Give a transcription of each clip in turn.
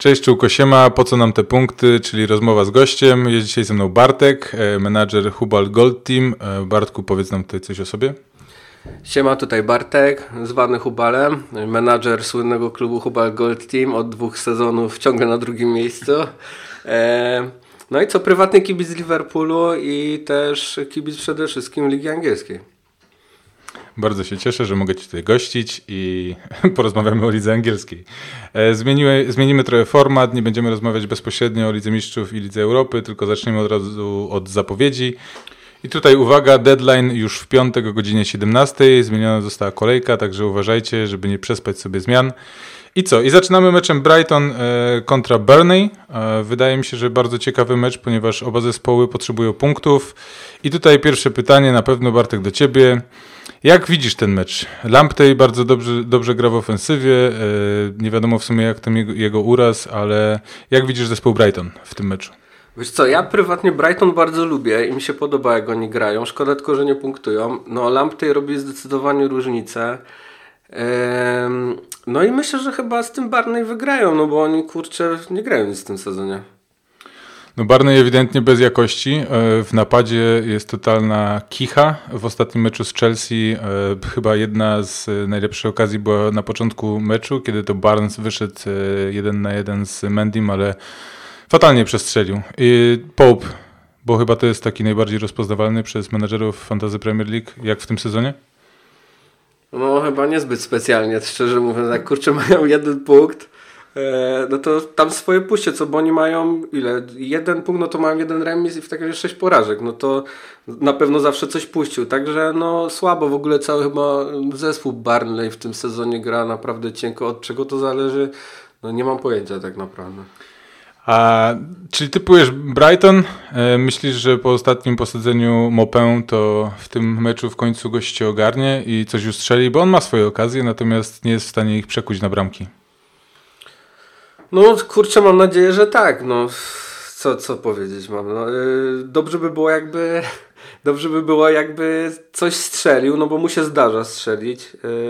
Cześć Czułko, siema, po co nam te punkty, czyli rozmowa z gościem. Jest dzisiaj ze mną Bartek, menadżer Hubal Gold Team. Bartku, powiedz nam tutaj coś o sobie. Siema, tutaj Bartek, zwany Hubalem, menadżer słynnego klubu Hubal Gold Team, od 2 sezonów ciągle na drugim miejscu. No i co, prywatny kibic Liverpoolu i też kibic przede wszystkim Ligi Angielskiej. Bardzo się cieszę, że mogę Cię tutaj gościć i porozmawiamy o Lidze Angielskiej. Zmienimy trochę format, nie będziemy rozmawiać bezpośrednio o Lidze Mistrzów i Lidze Europy, tylko zaczniemy od razu od zapowiedzi. I tutaj uwaga, deadline już w piątek o godzinie 17. Zmieniona została kolejka, także uważajcie, żeby nie przespać sobie zmian. I co? I zaczynamy meczem Brighton kontra Burnley. Wydaje mi się, że bardzo ciekawy mecz, ponieważ oba zespoły potrzebują punktów. I tutaj pierwsze pytanie, na pewno Bartek do Ciebie. Jak widzisz ten mecz? Lamptey bardzo dobrze gra w ofensywie. Nie wiadomo w sumie jak tam jego uraz, ale jak widzisz zespół Brighton w tym meczu? Wiesz co, ja prywatnie Brighton bardzo lubię i mi się podoba, jak oni grają. Szkoda tylko, że nie punktują. No Lamptey robi zdecydowanie różnicę. No i myślę, że chyba z tym Burnley wygrają, no bo oni kurczę nie grają nic w tym sezonie. No Burnley ewidentnie bez jakości. W napadzie jest totalna kicha. W ostatnim meczu z Chelsea chyba jedna z najlepszych okazji była na początku meczu, kiedy to Barnes wyszedł 1-1 z Mendym, ale fatalnie przestrzelił. I Pope, bo chyba to jest taki najbardziej rozpoznawalny przez menadżerów Fantasy Premier League, jak w tym sezonie? No chyba niezbyt specjalnie, szczerze mówiąc, jak kurczę mają 1 punkt, no to tam swoje puśćcie, co, bo oni mają ile? 1 punkt, no to mają 1 remis i w takim razie 6 porażek, no to na pewno zawsze coś puścił, także no słabo w ogóle cały chyba zespół Burnley w tym sezonie gra naprawdę cienko, od czego to zależy, no nie mam pojęcia tak naprawdę. Czyli typujesz Brighton, myślisz, że po ostatnim posadzeniu Mopę to w tym meczu w końcu gość się ogarnie i coś ustrzeli, bo on ma swoje okazje, natomiast nie jest w stanie ich przekuć na bramki. No kurczę, mam nadzieję, że tak, no co powiedzieć mam, no, dobrze by było jakby coś strzelił, no bo mu się zdarza strzelić.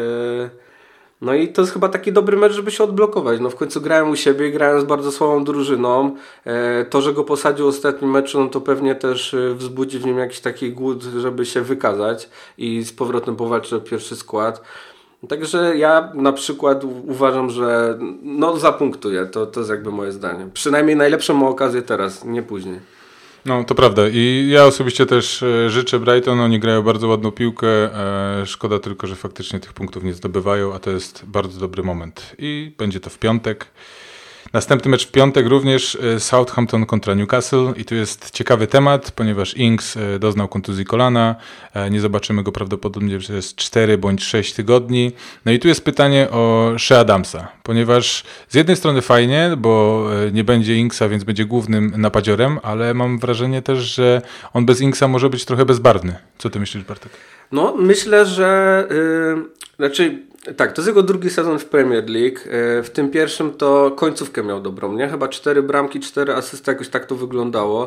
No i to jest chyba taki dobry mecz, żeby się odblokować. No w końcu grają u siebie i grają z bardzo słabą drużyną. To, że go posadził w ostatnim meczu, no to pewnie też wzbudzi w nim jakiś taki głód, żeby się wykazać i z powrotem powalczyć o pierwszy skład. Także ja na przykład uważam, że no zapunktuje. To jest jakby moje zdanie. Przynajmniej najlepszą ma okazję teraz, nie później. No to prawda i ja osobiście też życzę Brighton, oni grają bardzo ładną piłkę, szkoda tylko, że faktycznie tych punktów nie zdobywają, a to jest bardzo dobry moment i będzie to w piątek. Następny mecz w piątek również Southampton kontra Newcastle i tu jest ciekawy temat, ponieważ Ings doznał kontuzji kolana, nie zobaczymy go prawdopodobnie przez 4 bądź 6 tygodni. No i tu jest pytanie o Shea Adamsa, ponieważ z jednej strony fajnie, bo nie będzie Ingsa, więc będzie głównym napadziorem, ale mam wrażenie też, że on bez Ingsa może być trochę bezbarwny. Co ty myślisz, Bartek? No myślę, że tak, to jest jego drugi sezon w Premier League. W tym pierwszym to końcówkę miał dobrą, nie? Chyba 4 bramki, 4 asysty, jakoś tak to wyglądało.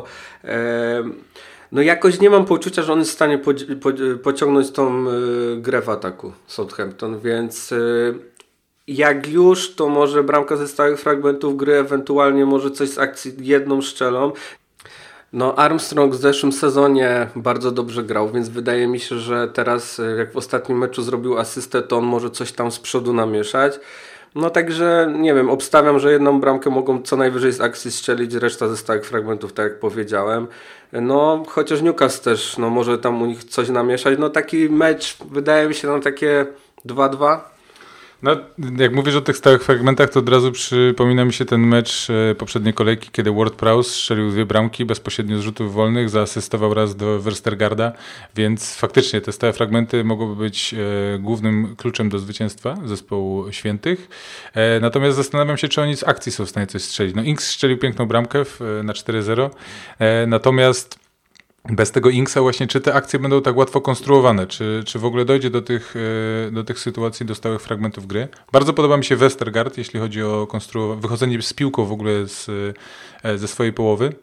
No jakoś nie mam poczucia, że on jest w stanie pociągnąć tą grę w ataku Southampton, więc jak już, to może bramka ze stałych fragmentów gry, ewentualnie może coś z akcji jedną strzelą. No Armstrong w zeszłym sezonie bardzo dobrze grał, więc wydaje mi się, że teraz jak w ostatnim meczu zrobił asystę, to on może coś tam z przodu namieszać. No także nie wiem, obstawiam, że jedną bramkę mogą co najwyżej z akcji strzelić, reszta ze stałych fragmentów, tak jak powiedziałem. No chociaż Newcastle też, no może tam u nich coś namieszać. No taki mecz wydaje mi się na takie 2-2. No, jak mówisz o tych stałych fragmentach, to od razu przypomina mi się ten mecz poprzedniej kolejki, kiedy Ward-Prowse strzelił 2 bramki bezpośrednio z rzutów wolnych, zaasystował raz do Westergaarda, więc faktycznie te stałe fragmenty mogłyby być głównym kluczem do zwycięstwa zespołu świętych. Natomiast zastanawiam się, czy oni z akcji są w stanie coś strzelić. No Ings strzelił piękną bramkę na 4-0, natomiast bez tego Inksa właśnie, czy te akcje będą tak łatwo konstruowane, czy w ogóle dojdzie do tych sytuacji, do stałych fragmentów gry. Bardzo podoba mi się Westergaard, jeśli chodzi o wychodzenie z piłką w ogóle ze swojej połowy.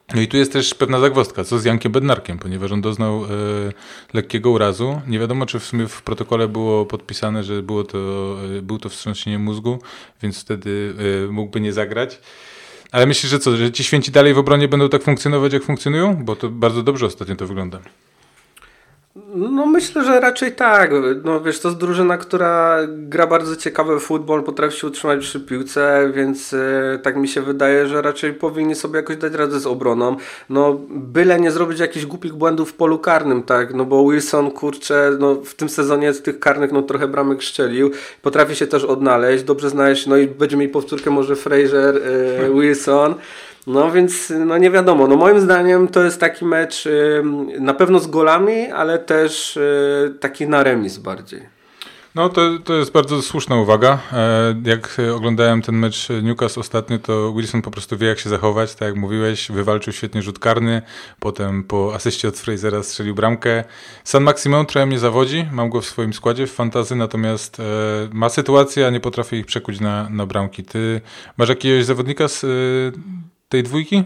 No i tu jest też pewna zagwozdka, co z Jankiem Bednarkiem, ponieważ on doznał lekkiego urazu. Nie wiadomo, czy w sumie w protokole było podpisane, że był to wstrząsienie mózgu, więc wtedy mógłby nie zagrać. Ale myślisz, że co, że ci święci dalej w obronie będą tak funkcjonować, jak funkcjonują? Bo to bardzo dobrze ostatnio to wygląda. No myślę, że raczej tak. No wiesz, to jest drużyna, która gra bardzo ciekawy futbol, potrafi się utrzymać przy piłce, więc tak mi się wydaje, że raczej powinni sobie jakoś dać radę z obroną. No byle nie zrobić jakichś głupich błędów w polu karnym, tak? No bo Wilson, kurczę, no w tym sezonie z tych karnych no trochę bramek strzelił. Potrafi się też odnaleźć, dobrze znaleźć, no i będzie mieli powtórkę może Fraser, Wilson. No więc no nie wiadomo, no moim zdaniem to jest taki mecz na pewno z golami, ale też taki na remis bardziej. No to jest bardzo słuszna uwaga. Jak oglądałem ten mecz Newcastle ostatnio, to Wilson po prostu wie, jak się zachować, tak jak mówiłeś, wywalczył świetnie rzut karny, potem po asyście od Frasera strzelił bramkę. Saint-Maximin trochę mnie zawodzi, mam go w swoim składzie w fantasy, natomiast ma sytuację, a nie potrafię ich przekuć na bramki. Ty masz jakiegoś zawodnika z tej dwójki?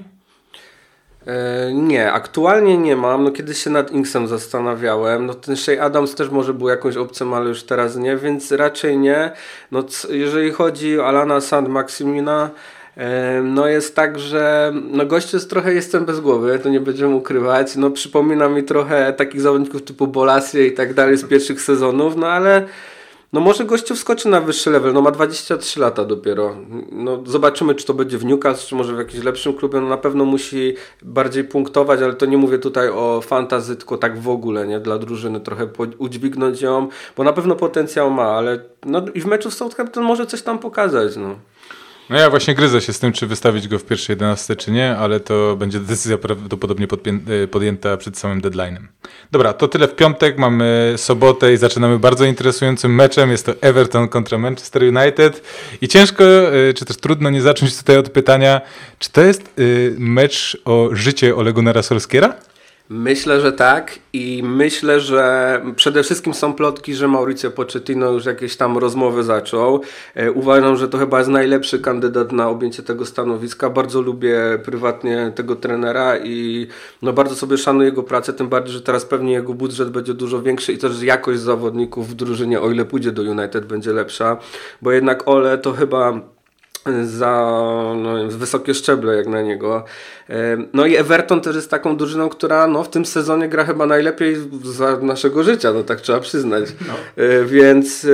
Nie, aktualnie nie mam. No kiedyś się nad Inksem zastanawiałem. No ten Shea Adams też może był jakąś opcją, ale już teraz nie, więc raczej nie. No jeżeli chodzi o Alana Saint-Maximina, no jest tak, że no gościu jest trochę jestem bez głowy, to nie będziemy ukrywać. No przypomina mi trochę takich zawodników typu Bolasie i tak dalej z pierwszych sezonów, no ale no może gościu wskoczy na wyższy level, no ma 23 lata dopiero. No zobaczymy, czy to będzie w Newcastle, czy może w jakimś lepszym klubie. No na pewno musi bardziej punktować, ale to nie mówię tutaj o fantasy, tylko tak w ogóle, nie? Dla drużyny trochę udźwignąć ją, bo na pewno potencjał ma, ale no i w meczu z Southampton może coś tam pokazać, no. No ja właśnie gryzę się z tym, czy wystawić go w pierwszej 11, czy nie, ale to będzie decyzja prawdopodobnie podjęta przed samym deadline'em. Dobra, to tyle w piątek, mamy sobotę i zaczynamy bardzo interesującym meczem. Jest to Everton kontra Manchester United i ciężko, czy też trudno nie zacząć tutaj od pytania, czy to jest mecz o życie Ole Gunnara Solskjaera? Myślę, że tak i myślę, że przede wszystkim są plotki, że Mauricio Pochettino już jakieś tam rozmowy zaczął. Uważam, że to chyba jest najlepszy kandydat na objęcie tego stanowiska. Bardzo lubię prywatnie tego trenera i no bardzo sobie szanuję jego pracę, tym bardziej, że teraz pewnie jego budżet będzie dużo większy i też jakość zawodników w drużynie, o ile pójdzie do United, będzie lepsza, bo jednak Ole to chyba za wysokie szczeble jak na niego. No i Everton też jest taką drużyną, która no, w tym sezonie gra chyba najlepiej za naszego życia, no tak trzeba przyznać. No. Więc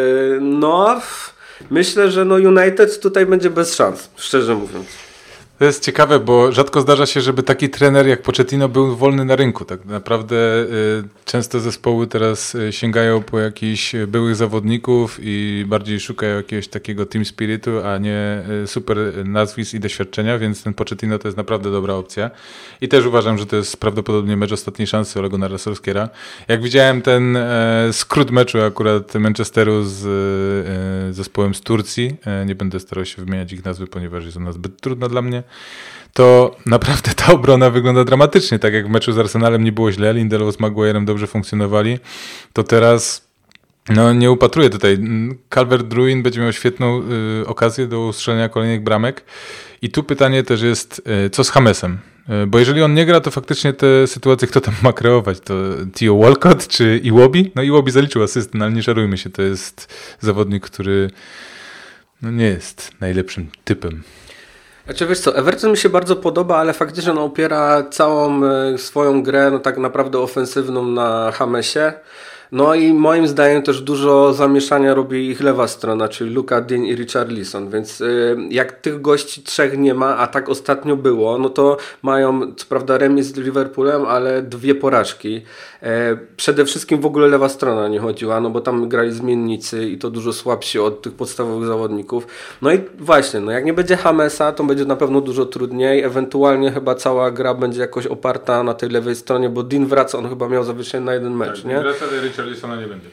no myślę, że no United tutaj będzie bez szans, szczerze mówiąc. To jest ciekawe, bo rzadko zdarza się, żeby taki trener jak Pochettino był wolny na rynku. Tak naprawdę często zespoły teraz sięgają po jakichś byłych zawodników i bardziej szukają jakiegoś takiego team spiritu, a nie super nazwisk i doświadczenia, więc ten Pochettino to jest naprawdę dobra opcja. I też uważam, że to jest prawdopodobnie mecz ostatniej szansy Ole Gunnara Solskjaera. Jak widziałem ten skrót meczu akurat Manchesteru z zespołem z Turcji, nie będę starał się wymieniać ich nazwy, ponieważ jest ona zbyt trudna dla mnie, to naprawdę ta obrona wygląda dramatycznie. Tak jak w meczu z Arsenalem nie było źle, Lindelof z Maguire'em dobrze funkcjonowali, to teraz no, nie upatruję tutaj. Calvert-Lewin będzie miał świetną okazję do ustrzelenia kolejnych bramek. I tu pytanie też jest, co z Jamesem? Bo jeżeli on nie gra, to faktycznie te sytuacje kto tam ma kreować? To Theo Walcott czy Iwobi? No Iwobi zaliczył asystę, no, ale nie szarujmy się, to jest zawodnik, który no, nie jest najlepszym typem. Znaczy wiesz co, Everton mi się bardzo podoba, ale faktycznie on opiera całą swoją grę no tak naprawdę ofensywną na Jamesie. No i moim zdaniem też dużo zamieszania robi ich lewa strona, czyli Luka Digne i Richarlison, więc jak tych gości trzech nie ma, a tak ostatnio było, no to mają co prawda remis z Liverpoolem, ale 2 porażki. Przede wszystkim w ogóle lewa strona nie chodziła, no bo tam grali zmiennicy i to dużo słabsi od tych podstawowych zawodników. No i właśnie, no jak nie będzie Jamesa, to będzie na pewno dużo trudniej, ewentualnie chyba cała gra będzie jakoś oparta na tej lewej stronie, bo Digne wraca, on chyba miał zawieszenie na jeden mecz, tak, nie? Richarlisona nie będzie.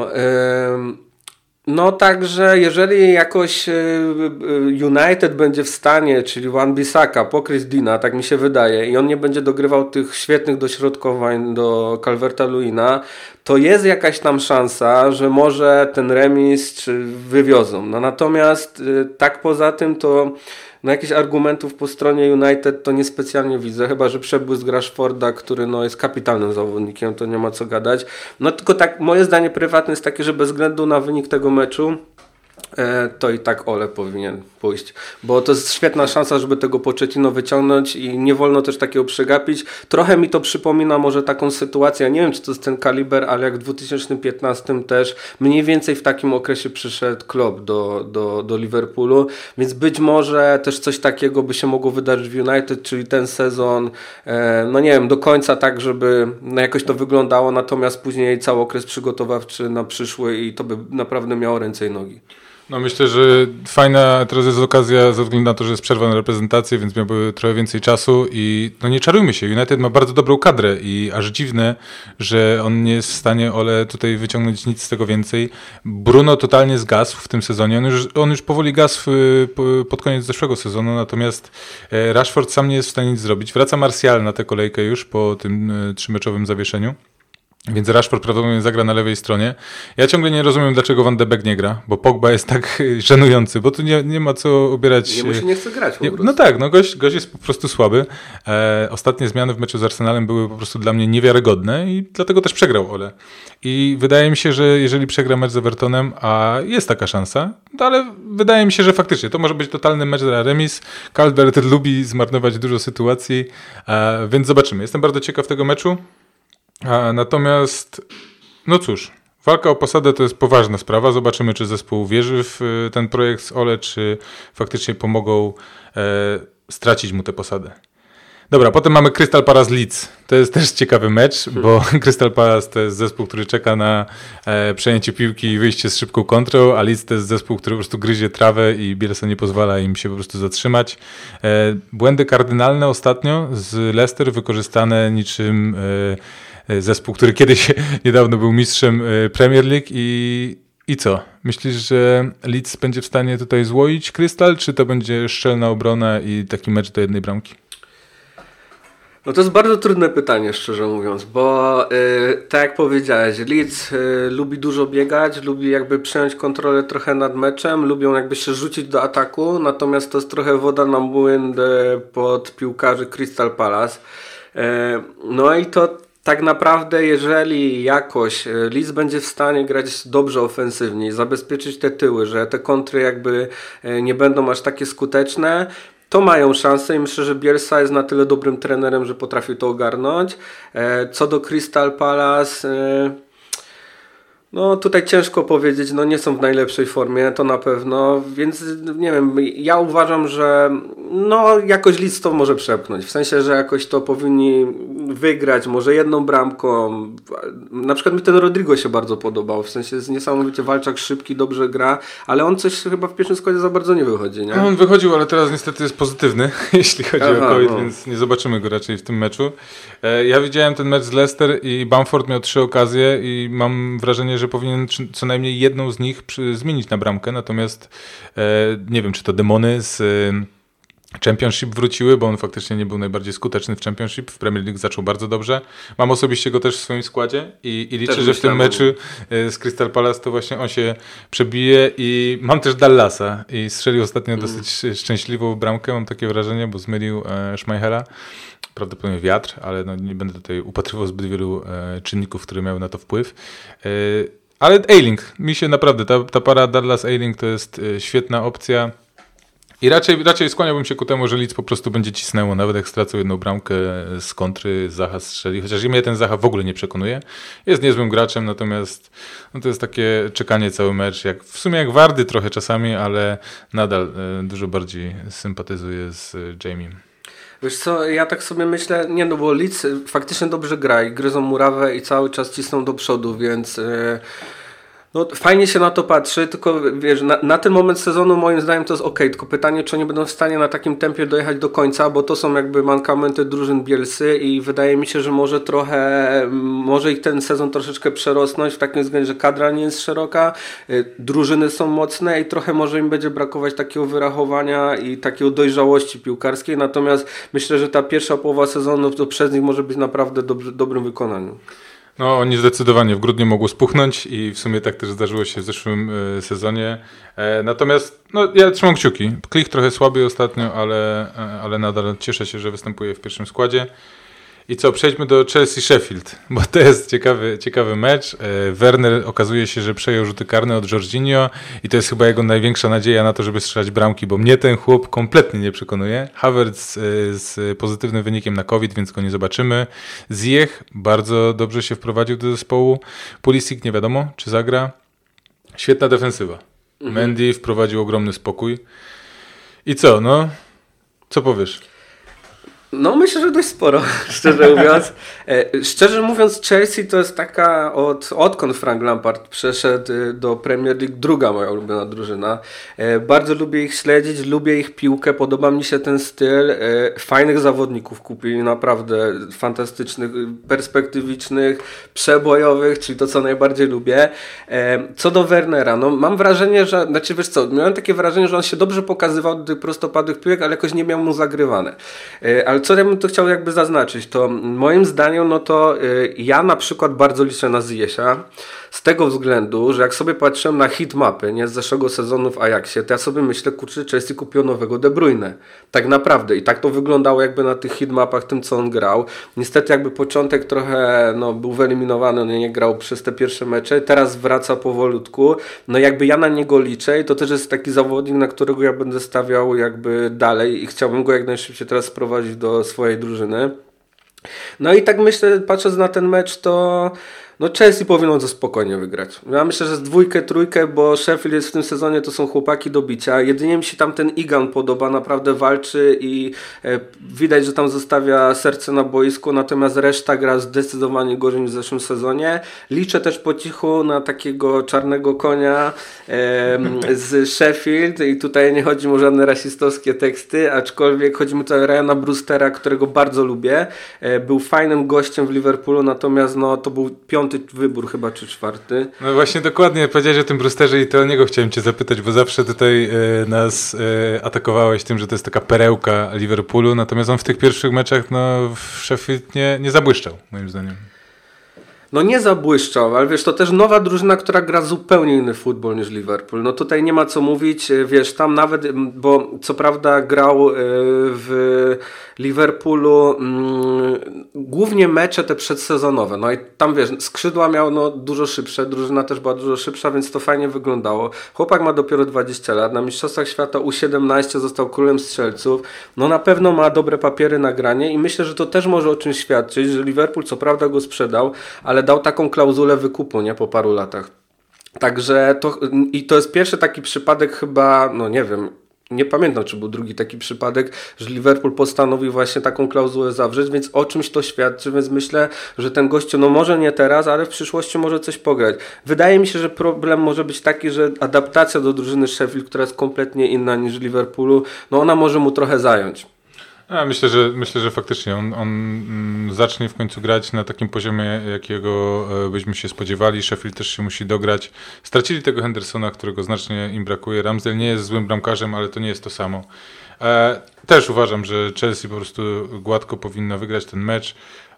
No także jeżeli jakoś United będzie w stanie, czyli Wan-Bissaka pokryć Dina, tak mi się wydaje, i on nie będzie dogrywał tych świetnych dośrodkowań do Calverta-Lewina, to jest jakaś tam szansa, że może ten remis czy wywiozą. No natomiast tak poza tym to no jakichś argumentów po stronie United to niespecjalnie widzę, chyba że przebłysk Rashforda, który no jest kapitalnym zawodnikiem, to nie ma co gadać. No tylko tak, moje zdanie prywatne jest takie, że bez względu na wynik tego meczu to i tak Ole powinien pójść, bo to jest świetna szansa, żeby tego Pochettino wyciągnąć i nie wolno też takiego przegapić. Trochę mi to przypomina może taką sytuację, ja nie wiem czy to jest ten kaliber, ale jak w 2015 też mniej więcej w takim okresie przyszedł Klopp do Liverpoolu, więc być może też coś takiego by się mogło wydarzyć w United, czyli ten sezon, no nie wiem, do końca tak, żeby jakoś to wyglądało, natomiast później cały okres przygotowawczy na przyszły i to by naprawdę miało ręce i nogi. No myślę, że fajna teraz jest okazja ze względu na to, że jest przerwa na reprezentację, więc miałby trochę więcej czasu i no nie czarujmy się, United ma bardzo dobrą kadrę i aż dziwne, że on nie jest w stanie Ole tutaj wyciągnąć nic z tego więcej. Bruno totalnie zgasł w tym sezonie, on już powoli gasł pod koniec zeszłego sezonu, natomiast Rashford sam nie jest w stanie nic zrobić. Wraca Martial na tę kolejkę już po tym 3-meczowym zawieszeniu. Więc Rashford prawdopodobnie zagra na lewej stronie. Ja ciągle nie rozumiem, dlaczego Van de Beek nie gra, bo Pogba jest tak żenujący, bo tu nie ma co obierać. Jemu się nie chce grać po prostu. No tak, no gość jest po prostu słaby. Ostatnie zmiany w meczu z Arsenalem były po prostu dla mnie niewiarygodne i dlatego też przegrał Ole. I wydaje mi się, że jeżeli przegra mecz z Evertonem, a jest taka szansa, no ale wydaje mi się, że faktycznie to może być totalny mecz na remis. Calvert lubi zmarnować dużo sytuacji, więc zobaczymy. Jestem bardzo ciekaw tego meczu. Natomiast, no cóż, walka o posadę to jest poważna sprawa. Zobaczymy, czy zespół wierzy w ten projekt z Ole, czy faktycznie pomogą stracić mu tę posadę. Dobra, potem mamy Crystal Palace Leeds. To jest też ciekawy mecz, bo Crystal Palace to jest zespół, który czeka na przejęcie piłki i wyjście z szybką kontrą, a Leeds to jest zespół, który po prostu gryzie trawę i Bielsa nie pozwala im się po prostu zatrzymać. Błędy kardynalne ostatnio z Leicester wykorzystane niczym zespół, który kiedyś niedawno był mistrzem Premier League i co? Myślisz, że Leeds będzie w stanie tutaj złoić Crystal, czy to będzie szczelna obrona i taki mecz do jednej bramki? No to jest bardzo trudne pytanie, szczerze mówiąc, bo tak jak powiedziałeś, Leeds lubi dużo biegać, lubi jakby przejąć kontrolę trochę nad meczem, lubią jakby się rzucić do ataku, natomiast to jest trochę woda na młyn pod piłkarzy Crystal Palace. No i to tak naprawdę, jeżeli jakoś Leeds będzie w stanie grać dobrze ofensywnie, zabezpieczyć te tyły, że te kontry jakby nie będą aż takie skuteczne, to mają szansę i myślę, że Bielsa jest na tyle dobrym trenerem, że potrafi to ogarnąć. Co do Crystal Palace, no tutaj ciężko powiedzieć, no nie są w najlepszej formie, to na pewno, więc nie wiem, ja uważam, że no jakoś Leeds to może przepchnąć, w sensie, że jakoś to powinni wygrać, może jedną bramką, na przykład mi ten Rodrigo się bardzo podobał, w sensie jest niesamowicie walczak, szybki, dobrze gra, ale on coś chyba w pierwszym składzie za bardzo nie wychodzi, nie? No, on wychodził, ale teraz niestety jest pozytywny, jeśli chodzi o COVID, więc nie zobaczymy go raczej w tym meczu. Ja widziałem ten mecz z Leicester i Bamford miał 3 okazje i mam wrażenie, że powinien co najmniej jedną z nich zmienić na bramkę, natomiast nie wiem, czy to demony z Championship wróciły, bo on faktycznie nie był najbardziej skuteczny w Championship, w Premier League zaczął bardzo dobrze. Mam osobiście go też w swoim składzie i liczę, że w tym meczu z Crystal Palace to właśnie on się przebije i mam też Dallasa i strzelił ostatnio dosyć szczęśliwą bramkę, mam takie wrażenie, bo zmylił Schmeichela. Prawdopodobnie wiatr, ale no nie będę tutaj upatrywał zbyt wielu czynników, które miały na to wpływ. Ale Ayling, mi się naprawdę, ta para Dallas-Ayling to jest świetna opcja i raczej skłaniałbym się ku temu, że Leeds po prostu będzie cisnęło, nawet jak stracą jedną bramkę z kontry, Zaha strzeli, chociaż mnie ten Zaha w ogóle nie przekonuje. Jest niezłym graczem, natomiast no to jest takie czekanie cały mecz, w sumie jak Wardy trochę czasami, ale nadal dużo bardziej sympatyzuję z Jamiem. Wiesz co, ja tak sobie myślę, nie no bo Leeds faktycznie dobrze gra i gryzą murawę i cały czas cisną do przodu, więc no, fajnie się na to patrzy, tylko wiesz, na ten moment sezonu moim zdaniem to jest okej, tylko pytanie, czy oni będą w stanie na takim tempie dojechać do końca, bo to są jakby mankamenty drużyn Bielsy i wydaje mi się, że może ich ten sezon troszeczkę przerosnąć w takim względzie, że kadra nie jest szeroka, drużyny są mocne i trochę może im będzie brakować takiego wyrachowania i takiego dojrzałości piłkarskiej, natomiast myślę, że ta pierwsza połowa sezonu to przez nich może być naprawdę dobrym wykonaniu. No, oni zdecydowanie w grudniu mogło spuchnąć i w sumie tak też zdarzyło się w zeszłym sezonie. Natomiast no, ja trzymam kciuki. Klich trochę słabiej ostatnio, ale nadal cieszę się, że występuje w pierwszym składzie. I co, przejdźmy do Chelsea-Sheffield, bo to jest ciekawy mecz. Werner okazuje się, że przejął rzuty karne od Jorginho i to jest chyba jego największa nadzieja na to, żeby strzelać bramki, bo mnie ten chłop kompletnie nie przekonuje. Havertz z pozytywnym wynikiem na COVID, więc go nie zobaczymy. Ziyech bardzo dobrze się wprowadził do zespołu. Pulisic nie wiadomo, czy zagra. Świetna defensywa. Mendy wprowadził ogromny spokój. I co, no? Co powiesz? No myślę, że dość sporo, szczerze mówiąc. Szczerze mówiąc, Chelsea to jest taka, odkąd Frank Lampard przeszedł do Premier League, druga moja ulubiona drużyna. Bardzo lubię ich śledzić, lubię ich piłkę, podoba mi się ten styl. Fajnych zawodników kupili, naprawdę fantastycznych, perspektywicznych, przebojowych, czyli to, co najbardziej lubię. Co do Wernera, no mam wrażenie, że, znaczy wiesz co, miałem takie wrażenie, że on się dobrze pokazywał do tych prostopadłych piłek, ale jakoś nie miał mu zagrywane. Ale co ja bym to chciał jakby zaznaczyć, to moim zdaniem, no to ja na przykład bardzo liczę na Ziyesha z tego względu, że jak sobie patrzyłem na hitmapy, nie, z zeszłego sezonu w Ajaxie, to ja sobie myślę, kurczę, Chelsea kupił nowego De Bruyne. Tak naprawdę. I tak to wyglądało jakby na tych hitmapach, tym co on grał. Niestety jakby początek trochę był wyeliminowany, on nie grał przez te pierwsze mecze, teraz wraca powolutku. No jakby ja na niego liczę i to też jest taki zawodnik, na którego ja będę stawiał jakby dalej i chciałbym go jak najszybciej teraz sprowadzić do swojej drużyny. No i tak myślę, patrząc na ten mecz, to no Chelsea powinno to spokojnie wygrać. Ja myślę, że z 2-3, bo Sheffield jest w tym sezonie, to są chłopaki do bicia. Jedynie mi się tam ten Igan podoba, naprawdę walczy i widać, że tam zostawia serce na boisku, natomiast reszta gra zdecydowanie gorzej niż w zeszłym sezonie. Liczę też po cichu na takiego czarnego konia z Sheffield i tutaj nie chodzi mi o żadne rasistowskie teksty, aczkolwiek chodzi mi tutaj o Ryana Brewstera, którego bardzo lubię. Był fajnym gościem w Liverpoolu, natomiast no to był 5. wybór chyba, czy 4. No właśnie dokładnie powiedziałeś o tym Brewsterze i to o niego chciałem cię zapytać, bo zawsze tutaj nas atakowałeś tym, że to jest taka perełka Liverpoolu, natomiast on w tych pierwszych meczach no, w Sheffield nie zabłyszczał, moim zdaniem. No nie zabłyszczał, ale wiesz, to też nowa drużyna, która gra zupełnie inny futbol niż Liverpool. No tutaj nie ma co mówić, wiesz, tam nawet, bo co prawda grał w Liverpoolu głównie mecze te przedsezonowe. No i tam wiesz, skrzydła miał dużo szybsze, drużyna też była dużo szybsza, więc to fajnie wyglądało. Chłopak ma dopiero 20 lat, na Mistrzostwach Świata U17 został królem strzelców. No na pewno ma dobre papiery na granie i myślę, że to też może o czymś świadczyć, że Liverpool co prawda go sprzedał, ale dał taką klauzulę wykupu, nie, po paru latach. Także to jest pierwszy taki przypadek chyba, no nie wiem, nie pamiętam, czy był drugi taki przypadek, że Liverpool postanowił właśnie taką klauzulę zawrzeć, więc o czymś to świadczy, więc myślę, że ten gościu, no może nie teraz, ale w przyszłości może coś pograć. Wydaje mi się, że problem może być taki, że adaptacja do drużyny Sheffield, która jest kompletnie inna niż Liverpoolu, no ona może mu trochę zająć. Ja myślę, że faktycznie on zacznie w końcu grać na takim poziomie, jakiego byśmy się spodziewali. Sheffield też się musi dograć. Stracili tego Hendersona, którego znacznie im brakuje. Ramsdale nie jest złym bramkarzem, ale to nie jest to samo. Też uważam, że Chelsea po prostu gładko powinno wygrać ten mecz.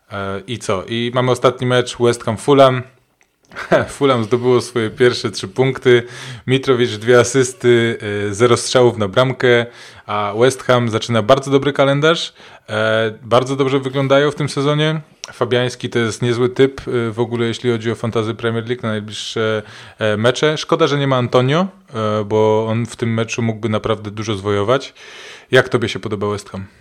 I co? I mamy ostatni mecz West Ham-Fulham. Fulham zdobyło swoje pierwsze 3 punkty, Mitrovic 2 asysty, 0 strzałów na bramkę, a West Ham zaczyna bardzo dobry kalendarz, bardzo dobrze wyglądają w tym sezonie. Fabiański to jest niezły typ w ogóle, jeśli chodzi o fantasy Premier League na najbliższe mecze. Szkoda, że nie ma Antonio, bo on w tym meczu mógłby naprawdę dużo zwojować. Jak tobie się podoba West Ham?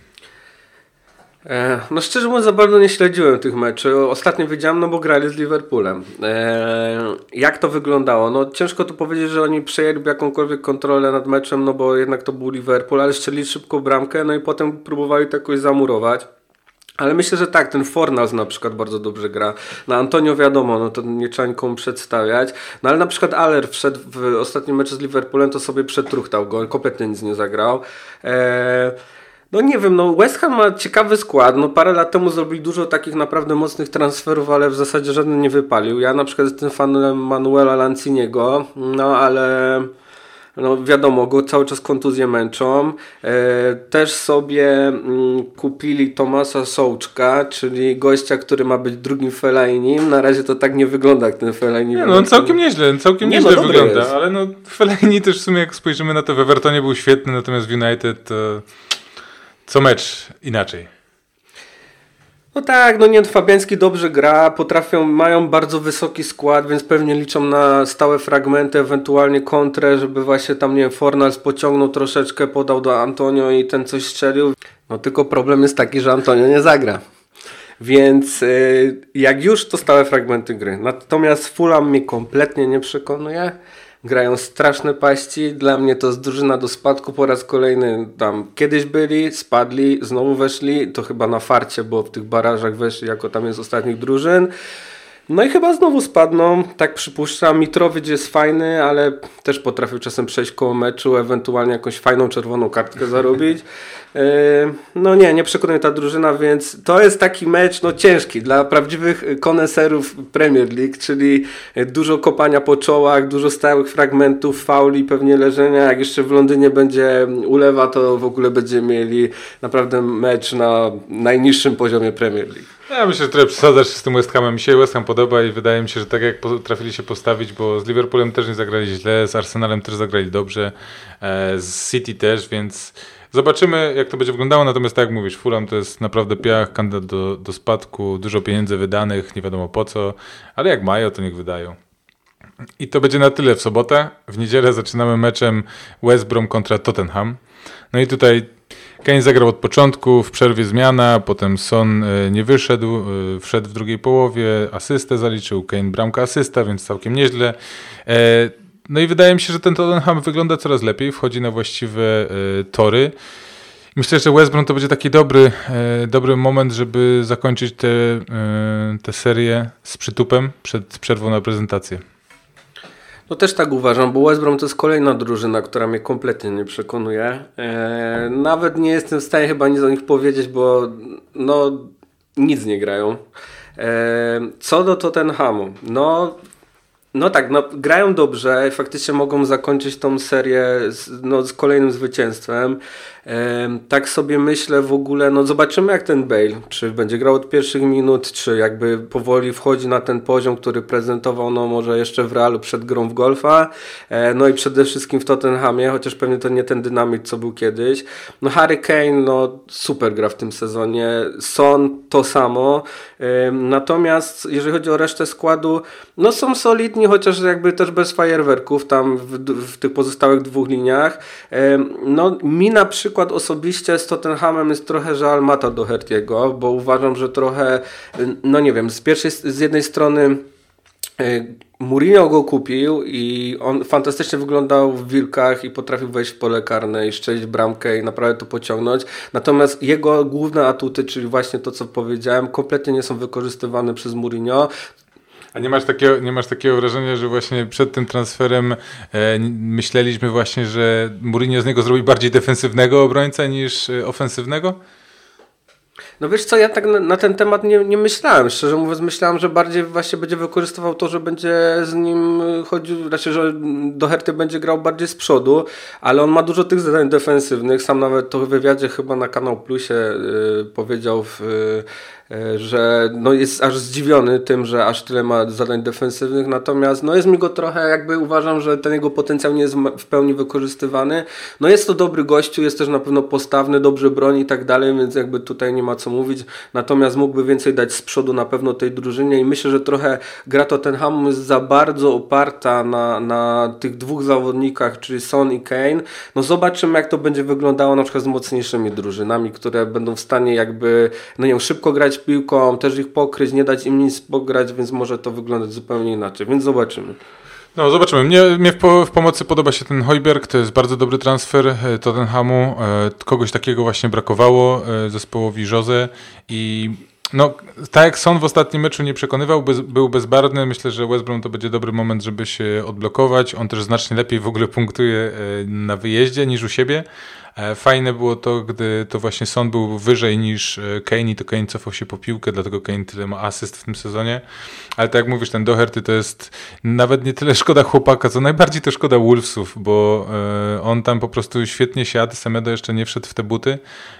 No szczerze mówiąc, za bardzo nie śledziłem tych meczów. Ostatnio widziałem, no bo grali z Liverpoolem. Jak to wyglądało? No ciężko tu powiedzieć, że oni przejęli jakąkolwiek kontrolę nad meczem, no bo jednak to był Liverpool, ale strzelili szybko bramkę, no i potem próbowali to jakoś zamurować. Ale myślę, że tak, ten Fornals na przykład bardzo dobrze gra. Na Antonio wiadomo, no to nie trzeba nikomu przedstawiać. No ale na przykład Aller wszedł w ostatnim meczu z Liverpoolem, to sobie przetruchtał go, kompletnie nic nie zagrał. No nie wiem, no West Ham ma ciekawy skład, no parę lat temu zrobili dużo takich naprawdę mocnych transferów, ale w zasadzie żaden nie wypalił. Ja na przykład jestem fanem Manuela Lanziniego, no ale no wiadomo, go cały czas kontuzje męczą. Też sobie kupili Tomasa Souczka, czyli gościa, który ma być drugim Felainim. Na razie to tak nie wygląda jak ten Fellaini. Nie, no on całkiem nieźle wygląda, ale no Fellaini też w sumie jak spojrzymy na to, w Evertonie był świetny, natomiast w United to co mecz inaczej. No tak, no nie, Fabiański dobrze gra, mają bardzo wysoki skład, więc pewnie liczą na stałe fragmenty, ewentualnie kontrę, żeby właśnie tam, nie wiem, Fornals pociągnął troszeczkę, podał do Antonio i ten coś strzelił. No tylko problem jest taki, że Antonio nie zagra. Więc jak już, to stałe fragmenty gry. Natomiast Fulham mnie kompletnie nie przekonuje. Grają straszne paści. Dla mnie to jest drużyna do spadku po raz kolejny. Tam kiedyś byli, spadli, znowu weszli. To chyba na farcie, bo w tych barażach weszli jako tam jest ostatnich drużyn. No i chyba znowu spadną, tak przypuszczam. Mitrowicz jest fajny, ale też potrafił czasem przejść koło meczu, ewentualnie jakąś fajną czerwoną kartkę zarobić. No nie przekonuje ta drużyna, więc to jest taki mecz ciężki dla prawdziwych koneserów Premier League, czyli dużo kopania po czołach, dużo stałych fragmentów, fauli, pewnie leżenia. Jak jeszcze w Londynie będzie ulewa, to w ogóle będziemy mieli naprawdę mecz na najniższym poziomie Premier League. Ja myślę, że trochę przesadzasz z tym West Hamem. Mi się West Ham podoba i wydaje mi się, że tak jak potrafili się postawić, bo z Liverpoolem też nie zagrali źle, z Arsenalem też zagrali dobrze, z City też, więc zobaczymy, jak to będzie wyglądało. Natomiast tak jak mówisz, Fulham to jest naprawdę piach, kandydat do spadku, dużo pieniędzy wydanych, nie wiadomo po co, ale jak mają, to niech wydają. I to będzie na tyle w sobotę. W niedzielę zaczynamy meczem West Brom kontra Tottenham. No i tutaj Kane zagrał od początku, w przerwie zmiana, potem Son nie wyszedł, wszedł w drugiej połowie, asystę zaliczył, Kane bramka asysta, więc całkiem nieźle. No i wydaje mi się, że ten Tottenham wygląda coraz lepiej, wchodzi na właściwe tory. Myślę, że West Brom to będzie taki dobry moment, żeby zakończyć tę serię z przytupem przed przerwą na prezentację. No też tak uważam, bo West Brom to jest kolejna drużyna, która mnie kompletnie nie przekonuje. Nawet nie jestem w stanie chyba nic o nich powiedzieć, bo nic nie grają. Co do Tottenhamu, grają dobrze, faktycznie mogą zakończyć tą serię z kolejnym zwycięstwem. Tak sobie myślę w ogóle, zobaczymy jak ten Bale, czy będzie grał od pierwszych minut, czy jakby powoli wchodzi na ten poziom, który prezentował może jeszcze w Realu przed grą w golfa, i przede wszystkim w Tottenhamie, chociaż pewnie to nie ten dynamit, co był kiedyś. Harry Kane, super gra w tym sezonie, Son to samo, natomiast jeżeli chodzi o resztę składu, są solidni, chociaż jakby też bez fajerwerków tam w tych pozostałych dwóch liniach. Mi na przykład osobiście z Tottenhamem jest trochę żal Mata Doherty'ego, bo uważam, że trochę, z jednej strony Mourinho go kupił i on fantastycznie wyglądał w wilkach i potrafił wejść w pole karne i strzelić bramkę i naprawdę to pociągnąć. Natomiast jego główne atuty, czyli właśnie to, co powiedziałem, kompletnie nie są wykorzystywane przez Mourinho. A nie masz takiego wrażenia, że właśnie przed tym transferem myśleliśmy właśnie, że Mourinho z niego zrobi bardziej defensywnego obrońcę niż ofensywnego? Wiesz co, ja tak na ten temat nie myślałem. Szczerze mówiąc, myślałem, że bardziej właśnie będzie wykorzystywał to, że będzie z nim chodził, że Doherty będzie grał bardziej z przodu, ale on ma dużo tych zadań defensywnych. Sam nawet to w wywiadzie chyba na Kanał Plusie powiedział, że jest aż zdziwiony tym, że aż tyle ma zadań defensywnych, natomiast jest mi go trochę, uważam, że ten jego potencjał nie jest w pełni wykorzystywany. Jest to dobry gościu, jest też na pewno postawny, dobrze broni i tak dalej, więc tutaj nie ma co mówić, natomiast mógłby więcej dać z przodu na pewno tej drużynie i myślę, że trochę gra Tottenhamu jest za bardzo oparta na tych dwóch zawodnikach, czyli Son i Kane. Zobaczymy jak to będzie wyglądało na przykład z mocniejszymi drużynami, które będą w stanie szybko grać piłką, też ich pokryć, nie dać im nic pograć, więc może to wyglądać zupełnie inaczej, więc zobaczymy. Zobaczymy. Mnie w pomocy podoba się ten Højbjerg, to jest bardzo dobry transfer Tottenhamu. Kogoś takiego właśnie brakowało zespołowi Jose i tak jak Son w ostatnim meczu nie przekonywał, był bezbarwny. Myślę, że West Brom to będzie dobry moment, żeby się odblokować. On też znacznie lepiej w ogóle punktuje na wyjeździe niż u siebie, Fajne było to, gdy to właśnie Son był wyżej niż Kane i to Kane cofał się po piłkę, dlatego Kane tyle ma asyst w tym sezonie. Ale tak jak mówisz, ten Doherty to jest nawet nie tyle szkoda chłopaka, co najbardziej to szkoda Wolvesów, bo on tam po prostu świetnie siadł, Semedo jeszcze nie wszedł w te buty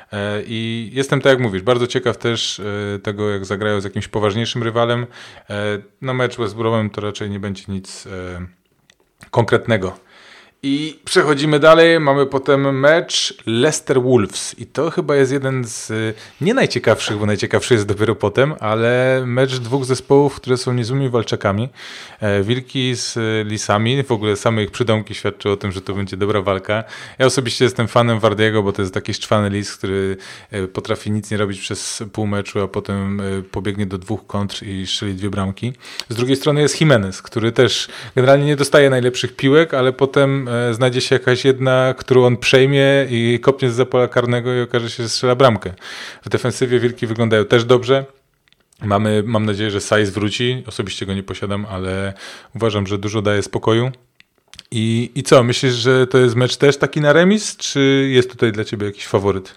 i jestem, tak jak mówisz, bardzo ciekaw też tego, jak zagrają z jakimś poważniejszym rywalem. No mecz West Bromem to raczej nie będzie nic konkretnego. I przechodzimy dalej, mamy potem mecz Leicester-Wolves i to chyba jest jeden z nie najciekawszych, bo najciekawszy jest dopiero potem, ale mecz dwóch zespołów, które są niezłymi walczakami. Wilki z Lisami, w ogóle same ich przydomki świadczą o tym, że to będzie dobra walka. Ja osobiście jestem fanem Wardiego, bo to jest taki szczwany lis, który potrafi nic nie robić przez pół meczu, a potem pobiegnie do 2 kontr i strzeli 2 bramki. Z drugiej strony jest Jimenez, który też generalnie nie dostaje najlepszych piłek, ale potem znajdzie się jakaś jedna, którą on przejmie i kopnie zza pola karnego i okaże się, że strzela bramkę. W defensywie Wilki wyglądają też dobrze. Mam nadzieję, że Saiz wróci. Osobiście go nie posiadam, ale uważam, że dużo daje spokoju. I co? Myślisz, że to jest mecz też taki na remis, czy jest tutaj dla ciebie jakiś faworyt?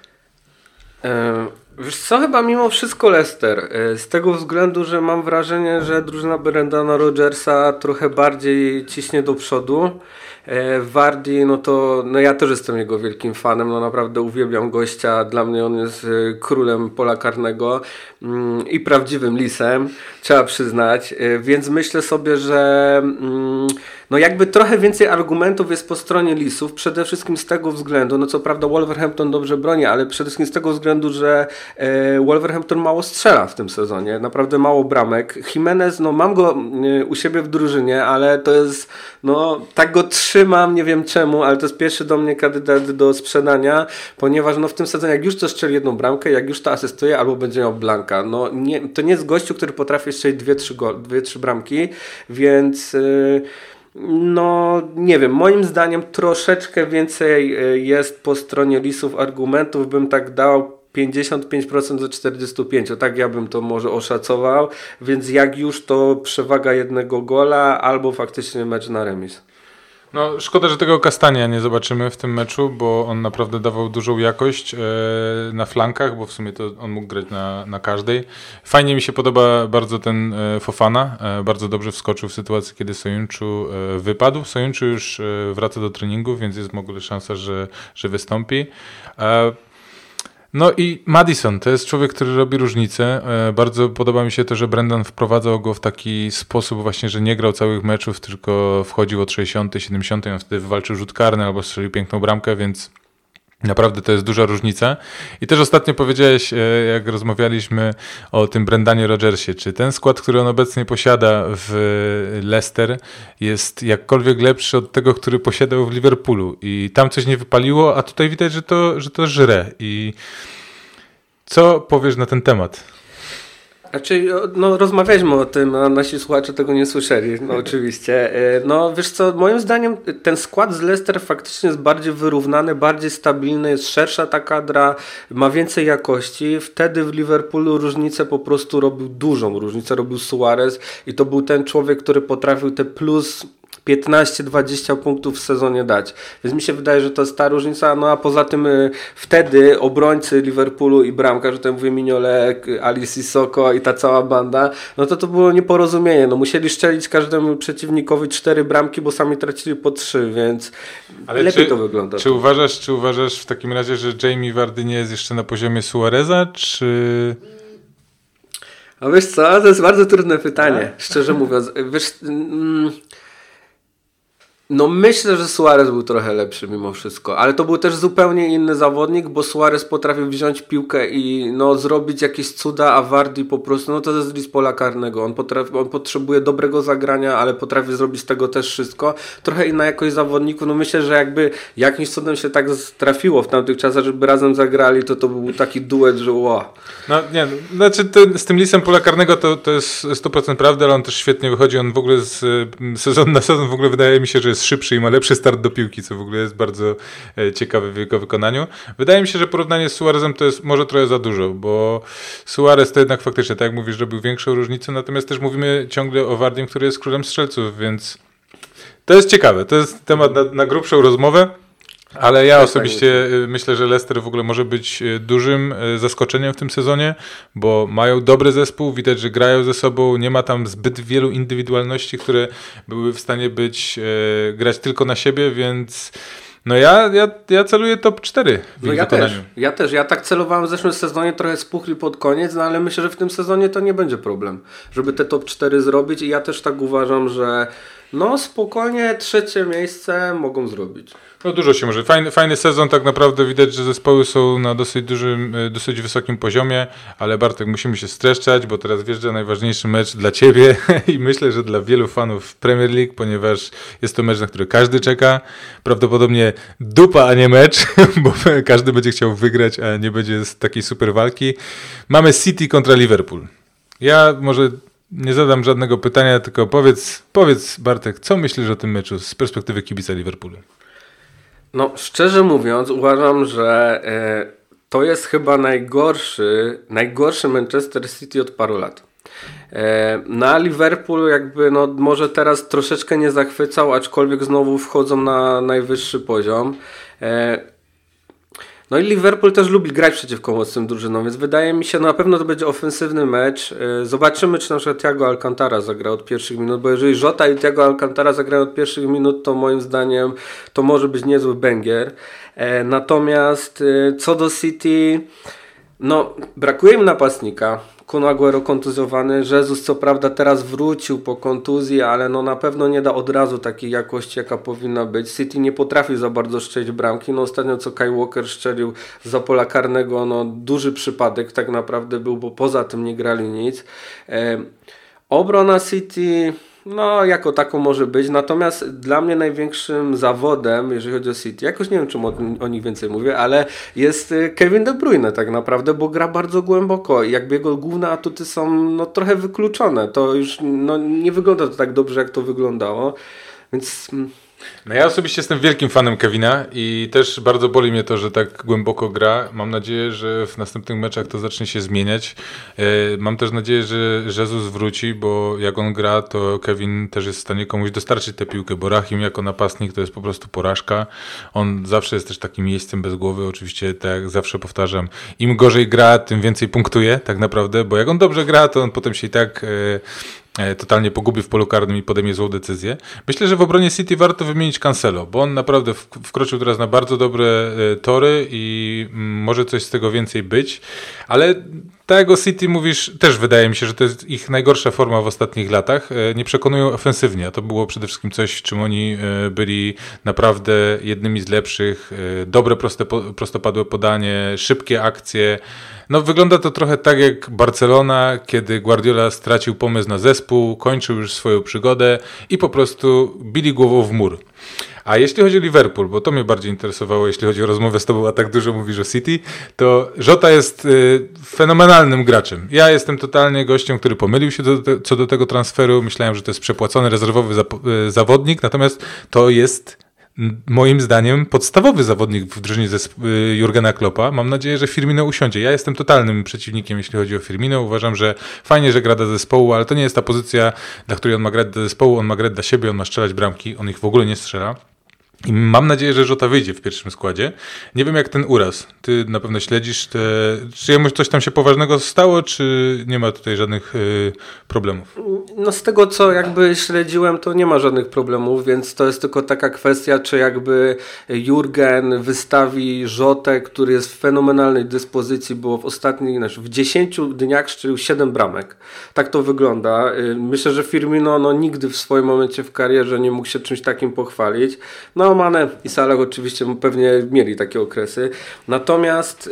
Wiesz co, chyba mimo wszystko Leicester. Z tego względu, że mam wrażenie, że drużyna Brendana Rodgersa trochę bardziej ciśnie do przodu. Vardy, no ja też jestem jego wielkim fanem, no naprawdę uwielbiam gościa, dla mnie on jest królem pola karnego i prawdziwym lisem, trzeba przyznać, więc myślę sobie, że no jakby trochę więcej argumentów jest po stronie Lisów, przede wszystkim z tego względu, no co prawda Wolverhampton dobrze broni, ale przede wszystkim z tego względu, że Wolverhampton mało strzela w tym sezonie, naprawdę mało bramek. Jimenez, no mam go u siebie w drużynie, ale to jest, no tak go trzymam, nie wiem czemu, ale to jest pierwszy do mnie kandydat do sprzedania, ponieważ no w tym sezonie jak już to strzeli 1 bramkę, jak już to asystuje, albo będzie miał blanka. No nie, to nie jest gościu, który potrafi strzelić 2-3 bramki, więc no nie wiem, moim zdaniem troszeczkę więcej jest po stronie Lisów argumentów, bym tak dał 55% do 45%, tak ja bym to może oszacował, więc jak już to przewaga 1 gola albo faktycznie mecz na remis. No szkoda, że tego Kastania nie zobaczymy w tym meczu, bo on naprawdę dawał dużą jakość na flankach, bo w sumie to on mógł grać na każdej. Fajnie mi się podoba bardzo ten Fofana, bardzo dobrze wskoczył w sytuacji, kiedy Soyuncu wypadł. Soyuncu już wraca do treningu, więc jest w ogóle szansa, że wystąpi. No i Maddison to jest człowiek, który robi różnicę. Bardzo podoba mi się to, że Brendan wprowadzał go w taki sposób właśnie, że nie grał całych meczów, tylko wchodził od 60, 70, on wtedy wywalczył rzut karny albo strzelił piękną bramkę, więc naprawdę to jest duża różnica. I też ostatnio powiedziałeś, jak rozmawialiśmy o tym Brendanie Rodgersie, czy ten skład, który on obecnie posiada w Leicester jest jakkolwiek lepszy od tego, który posiadał w Liverpoolu. I tam coś nie wypaliło, a tutaj widać, że to żre. I co powiesz na ten temat? Znaczy, no rozmawialiśmy o tym, a nasi słuchacze tego nie słyszeli, no oczywiście. No wiesz co, moim zdaniem ten skład z Leicester faktycznie jest bardziej wyrównany, bardziej stabilny, jest szersza ta kadra, ma więcej jakości. Wtedy w Liverpoolu różnicę po prostu robił, dużą różnicę robił Suarez i to był ten człowiek, który potrafił te plus 15-20 punktów w sezonie dać. Więc mi się wydaje, że to jest ta różnica, no a poza tym wtedy obrońcy Liverpoolu i bramkarz, tutaj mówię Mignolet, Ali Sissoko i ta cała banda, no to było nieporozumienie. No musieli szczelić każdemu przeciwnikowi 4 bramki, bo sami tracili po 3, więc ale lepiej to wygląda. Czy uważasz w takim razie, że Jamie Vardy nie jest jeszcze na poziomie Suareza, czy... A wiesz co, to jest bardzo trudne pytanie, szczerze mówiąc. Wiesz... No myślę, że Suarez był trochę lepszy mimo wszystko, ale to był też zupełnie inny zawodnik, bo Suarez potrafił wziąć piłkę i no zrobić jakieś cuda, a Vardy po prostu, no to jest z pola karnego, on potrzebuje dobrego zagrania, ale potrafi zrobić z tego też wszystko. Trochę inna jakość zawodników, no myślę, że jakby jakimś cudem się tak trafiło w tamtych czasach, żeby razem zagrali, to był taki duet, że wow. No nie, znaczy z tym lisem pola karnego to jest 100% prawda, ale on też świetnie wychodzi, on w ogóle z sezon na sezon w ogóle wydaje mi się, że jest szybszy i ma lepszy start do piłki, co w ogóle jest bardzo ciekawe w jego wykonaniu. Wydaje mi się, że porównanie z Suarezem to jest może trochę za dużo, bo Suarez to jednak faktycznie, tak jak mówisz, robił większą różnicę, natomiast też mówimy ciągle o Vardim, który jest królem strzelców, więc to jest ciekawe. To jest temat na grubszą rozmowę. Ale ja osobiście myślę, że Leicester w ogóle może być dużym zaskoczeniem w tym sezonie, bo mają dobry zespół, widać, że grają ze sobą, nie ma tam zbyt wielu indywidualności, które były w stanie grać tylko na siebie, więc no ja celuję top 4 w ich wykonaniu. Ja tak celowałem w zeszłym sezonie, trochę spuchli pod koniec, no ale myślę, że w tym sezonie to nie będzie problem, żeby te top 4 zrobić i ja też tak uważam, że no spokojnie 3. miejsce mogą zrobić. No dużo się może. Fajny sezon, tak naprawdę widać, że zespoły są na dosyć wysokim poziomie, ale Bartek, musimy się streszczać, bo teraz wjeżdża najważniejszy mecz dla Ciebie i myślę, że dla wielu fanów Premier League, ponieważ jest to mecz, na który każdy czeka. Prawdopodobnie dupa, a nie mecz, bo każdy będzie chciał wygrać, a nie będzie takiej super walki. Mamy City kontra Liverpool. Ja może nie zadam żadnego pytania, tylko powiedz Bartek, co myślisz o tym meczu z perspektywy kibica Liverpoolu? No, szczerze mówiąc, uważam, że to jest chyba najgorszy Manchester City od paru lat. Na Liverpool jakby no może teraz troszeczkę nie zachwycał, aczkolwiek znowu wchodzą na najwyższy poziom. No i Liverpool też lubi grać przeciwko mocnym drużynom, więc wydaje mi się, na pewno to będzie ofensywny mecz. Zobaczymy, czy na przykład Thiago Alcantara zagra od pierwszych minut, bo jeżeli Jota i Thiago Alcantara zagrają od pierwszych minut, to moim zdaniem to może być niezły banger. Natomiast co do City, no brakuje im napastnika. Kun Aguero kontuzjowany, Jesus co prawda teraz wrócił po kontuzji, ale no na pewno nie da od razu takiej jakości, jaka powinna być. City nie potrafi za bardzo strzelić bramki. No ostatnio co Kyle Walker strzelił za pola karnego, no duży przypadek tak naprawdę był, bo poza tym nie grali nic. Obrona City no jako taką może być, natomiast dla mnie największym zawodem, jeżeli chodzi o City, jakoś nie wiem czym o nich więcej mówię, ale jest Kevin De Bruyne tak naprawdę, bo gra bardzo głęboko i jakby jego główne atuty są no trochę wykluczone, to już no nie wygląda to tak dobrze jak to wyglądało, więc... No ja osobiście jestem wielkim fanem Kevina i też bardzo boli mnie to, że tak głęboko gra. Mam nadzieję, że w następnych meczach to zacznie się zmieniać. Mam też nadzieję, że Jesus wróci, bo jak on gra, to Kevin też jest w stanie komuś dostarczyć tę piłkę, bo Rahim jako napastnik to jest po prostu porażka. On zawsze jest też takim miejscem bez głowy. Oczywiście, tak jak zawsze powtarzam, im gorzej gra, tym więcej punktuje tak naprawdę, bo jak on dobrze gra, to on potem się i tak... totalnie pogubi w polu karnym i podejmie złą decyzję. Myślę, że w obronie City warto wymienić Cancelo, bo on naprawdę wkroczył teraz na bardzo dobre tory i może coś z tego więcej być, ale tego City mówisz, też wydaje mi się, że to jest ich najgorsza forma w ostatnich latach. Nie przekonują ofensywnie, a to było przede wszystkim coś, w czym oni byli naprawdę jednymi z lepszych. Dobre, prostopadłe podanie, szybkie akcje. No wygląda to trochę tak jak Barcelona, kiedy Guardiola stracił pomysł na zespół, kończył już swoją przygodę i po prostu bili głową w mur. A jeśli chodzi o Liverpool, bo to mnie bardziej interesowało, jeśli chodzi o rozmowę z tobą, a tak dużo mówisz o City, to Jota jest fenomenalnym graczem. Ja jestem totalnie gościem, który pomylił się co do tego transferu. Myślałem, że to jest przepłacony, rezerwowy zawodnik, natomiast to jest moim zdaniem podstawowy zawodnik w drużynie Jurgena Kloppa. Mam nadzieję, że Firmino usiądzie. Ja jestem totalnym przeciwnikiem, jeśli chodzi o Firmino. Uważam, że fajnie, że gra do zespołu, ale to nie jest ta pozycja, dla której on ma grać do zespołu. On ma grać dla siebie, on ma strzelać bramki. On ich w ogóle nie strzela. I mam nadzieję, że Jota wyjdzie w pierwszym składzie. Nie wiem jak ten uraz. Ty na pewno śledzisz. Czy jemu coś tam się poważnego stało, czy nie ma tutaj żadnych problemów? No z tego co jakby śledziłem, to nie ma żadnych problemów, więc to jest tylko taka kwestia, czy jakby Jurgen wystawi Jotę, który jest w fenomenalnej dyspozycji, bo w 10 dniach strzelił 7 bramek. Tak to wygląda. Myślę, że Firmino nigdy w swoim momencie w karierze nie mógł się czymś takim pochwalić. No Mane i Salah oczywiście pewnie mieli takie okresy. Natomiast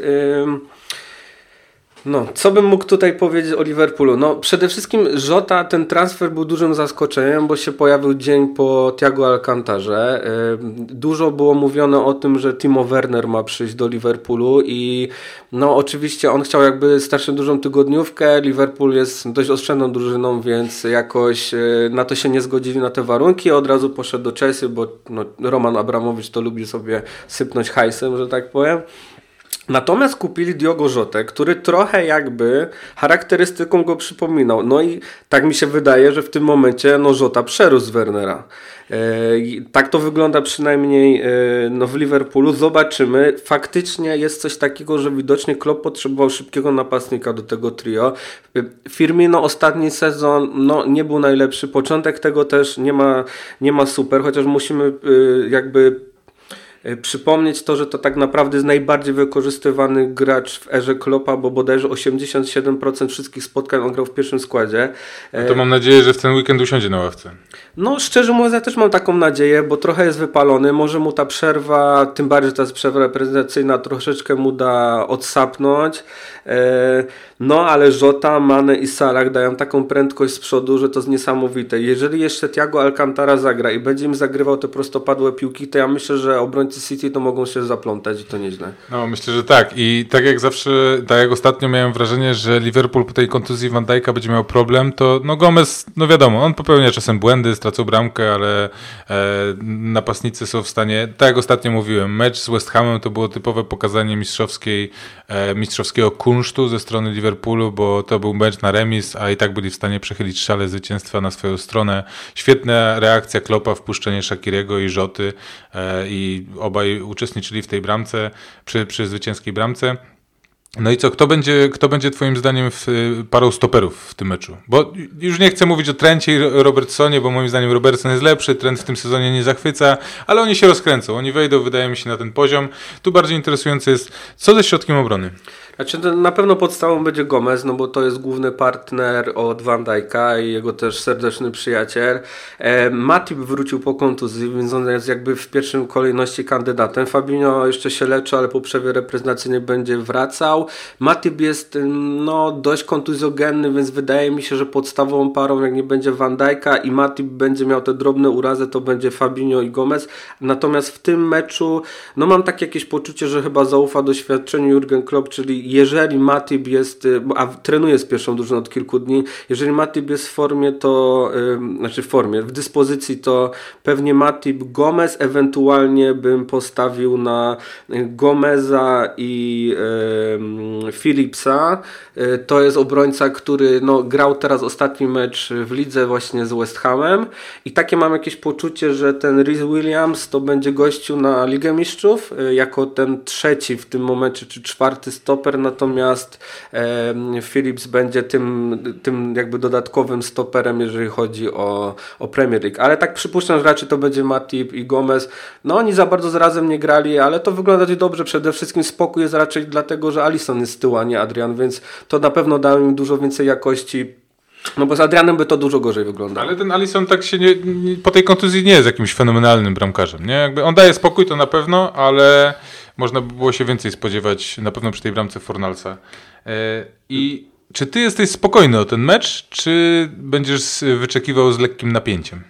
co bym mógł tutaj powiedzieć o Liverpoolu? No przede wszystkim Jota, ten transfer był dużym zaskoczeniem, bo się pojawił dzień po Thiago Alcantarze. Dużo było mówione o tym, że Timo Werner ma przyjść do Liverpoolu i oczywiście on chciał jakby strasznie dużą tygodniówkę. Liverpool jest dość oszczędną drużyną, więc jakoś na to się nie zgodzili na te warunki. Od razu poszedł do Chelsea, bo Roman Abramowicz to lubi sobie sypnąć hajsem, że tak powiem. Natomiast kupili Diogo Jotę, który trochę jakby charakterystyką go przypominał. No i tak mi się wydaje, że w tym momencie Jota przerósł Wernera. Tak to wygląda przynajmniej w Liverpoolu. Zobaczymy. Faktycznie jest coś takiego, że widocznie Klopp potrzebował szybkiego napastnika do tego trio. Firmino ostatni sezon nie był najlepszy. Początek tego też nie ma super, chociaż musimy jakby przypomnieć to, że to tak naprawdę jest najbardziej wykorzystywany gracz w erze Kloppa, bo bodajże 87% wszystkich spotkań on grał w pierwszym składzie. No to mam nadzieję, że w ten weekend usiądzie na ławce. No szczerze mówiąc, ja też mam taką nadzieję, bo trochę jest wypalony. Może mu ta przerwa, tym bardziej ta przerwa reprezentacyjna troszeczkę mu da odsapnąć. No ale Jota, Mane i Salah dają taką prędkość z przodu, że to jest niesamowite. Jeżeli jeszcze Thiago Alcantara zagra i będzie im zagrywał te prostopadłe piłki, to ja myślę, że obrońcy City to mogą się zaplątać i to nieźle. No myślę, że tak. I tak jak zawsze, tak jak ostatnio miałem wrażenie, że Liverpool po tej kontuzji Van Dijk'a będzie miał problem, to Gomez, wiadomo, on popełnia czasem błędy, stracą bramkę, ale napastnicy są w stanie, tak jak ostatnio mówiłem, mecz z West Hamem to było typowe pokazanie mistrzowskiego kunsztu ze strony Liverpoolu, bo to był mecz na remis, a i tak byli w stanie przechylić szale zwycięstwa na swoją stronę. Świetna reakcja Kloppa, wpuszczenie Shaqiriego i Joty i obaj uczestniczyli w tej bramce, przy zwycięskiej bramce. No i co, kto będzie twoim zdaniem parą stoperów w tym meczu? Bo już nie chcę mówić o Trencie i Robertsonie, bo moim zdaniem Robertson jest lepszy, Trent w tym sezonie nie zachwyca, ale oni się rozkręcą, oni wejdą, wydaje mi się, na ten poziom. Tu bardziej interesujące jest, co ze środkiem obrony? Znaczy na pewno podstawą będzie Gomez, bo to jest główny partner od Van Dijk'a i jego też serdeczny przyjaciel. Matip wrócił po kontuzji, więc on jest jakby w pierwszym kolejności kandydatem. Fabinho jeszcze się leczy, ale po przerwie reprezentacyjnej będzie wracał. Matip jest dość kontuzjogenny, więc wydaje mi się, że podstawową parą, jak nie będzie Van Dijk'a i Matip będzie miał te drobne urazy, to będzie Fabinho i Gomez. Natomiast w tym meczu mam takie jakieś poczucie, że chyba zaufa doświadczeniu Jurgen Klopp, czyli jeżeli Matip jest, a trenuje z pierwszą drużyną od kilku dni, jeżeli Matip jest w formie, to w dyspozycji, to pewnie Matip, Gomez, ewentualnie bym postawił na Gomeza i Phillipsa. To jest obrońca, który grał teraz ostatni mecz w lidze właśnie z West Hamem i takie mam jakieś poczucie, że ten Rhys Williams to będzie gościu na Ligę Mistrzów jako ten trzeci w tym momencie, czy czwarty stoper, natomiast Phillips będzie tym jakby dodatkowym stoperem, jeżeli chodzi o Premier League. Ale tak przypuszczam, że raczej to będzie Matip i Gomez. Oni za bardzo razem nie grali, ale to wygląda dość dobrze. Przede wszystkim spokój jest raczej dlatego, że Alisson jest z tyłu, a nie Adrian, więc to na pewno dało im dużo więcej jakości. Bo z Adrianem by to dużo gorzej wyglądało. Ale ten Alisson tak się po tej kontuzji nie jest jakimś fenomenalnym bramkarzem. Nie? Jakby on daje spokój, to na pewno, ale można by było się więcej spodziewać, na pewno przy tej bramce Fornalsa. I czy ty jesteś spokojny o ten mecz, czy będziesz wyczekiwał z lekkim napięciem?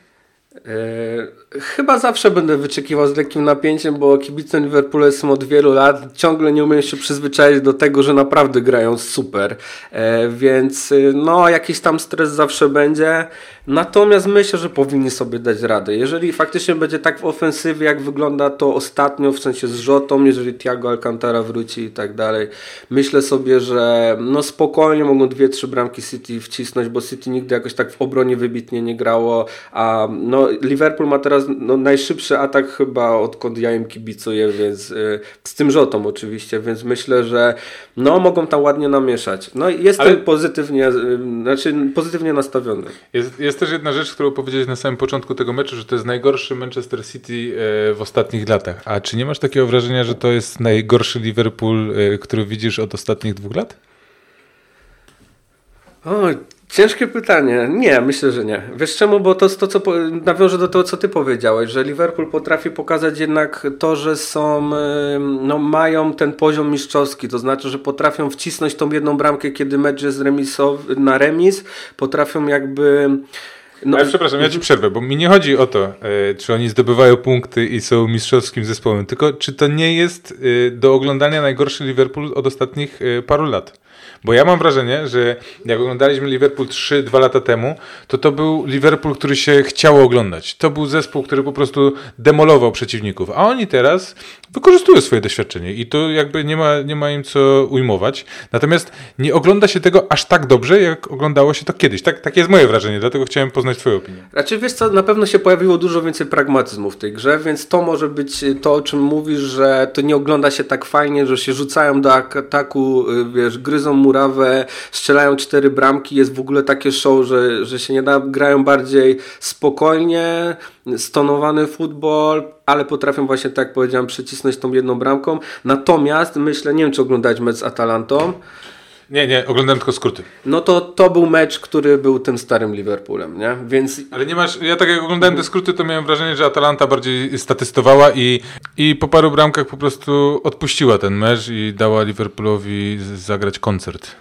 Chyba zawsze będę wyczekiwał z lekkim napięciem, bo kibicem Liverpoolu jestem od wielu lat. Ciągle nie umiem się przyzwyczaić do tego, że naprawdę grają super. Więc jakiś tam stres zawsze będzie. Natomiast myślę, że powinni sobie dać radę. Jeżeli faktycznie będzie tak w ofensywie, jak wygląda to ostatnio, w sensie z Jotą, jeżeli Thiago Alcantara wróci i tak dalej, myślę sobie, że spokojnie mogą 2-3 bramki City wcisnąć, bo City nigdy jakoś tak w obronie wybitnie nie grało, a Liverpool ma teraz najszybszy atak chyba odkąd ja im kibicuję, więc z tym Jotą oczywiście, więc myślę, że mogą tam ładnie namieszać. Jestem pozytywnie nastawiony. Jest też jedna rzecz, którą powiedziałeś na samym początku tego meczu, że to jest najgorszy Manchester City w ostatnich latach. A czy nie masz takiego wrażenia, że to jest najgorszy Liverpool, który widzisz od ostatnich 2 lat? Ciężkie pytanie. Nie, myślę, że nie. Wiesz czemu? Bo to jest to, co nawiążę do tego, co ty powiedziałeś, że Liverpool potrafi pokazać jednak to, że są, mają ten poziom mistrzowski, to znaczy, że potrafią wcisnąć tą jedną bramkę, kiedy mecz jest na remis, potrafią jakby... Ale przepraszam, ja ci przerwę, bo mi nie chodzi o to, czy oni zdobywają punkty i są mistrzowskim zespołem, tylko czy to nie jest do oglądania najgorszy Liverpool od ostatnich paru lat. Bo ja mam wrażenie, że jak oglądaliśmy Liverpool 2 lata temu, to był Liverpool, który się chciało oglądać. To był zespół, który po prostu demolował przeciwników. A oni teraz wykorzystują swoje doświadczenie i to jakby nie ma im co ujmować. Natomiast nie ogląda się tego aż tak dobrze, jak oglądało się to kiedyś. Takie jest moje wrażenie, dlatego chciałem poznać twoją opinię. Raczej wiesz co, na pewno się pojawiło dużo więcej pragmatyzmu w tej grze, więc to może być to, o czym mówisz, że to nie ogląda się tak fajnie, że się rzucają do ataku, wiesz, gryzą murawę, strzelają 4 bramki, jest w ogóle takie show, że się nie da, grają bardziej spokojnie, stonowany futbol, ale potrafią właśnie, tak jak powiedziałem, przycisnąć tą jedną bramką. Natomiast myślę, nie wiem, czy oglądać mecz z Atalantą. Nie, oglądałem tylko skróty. No to był mecz, który był tym starym Liverpoolem, nie? Więc... Ale nie masz, ja tak jak oglądałem te skróty, to miałem wrażenie, że Atalanta bardziej statystowała i po paru bramkach po prostu odpuściła ten mecz i dała Liverpoolowi zagrać koncert.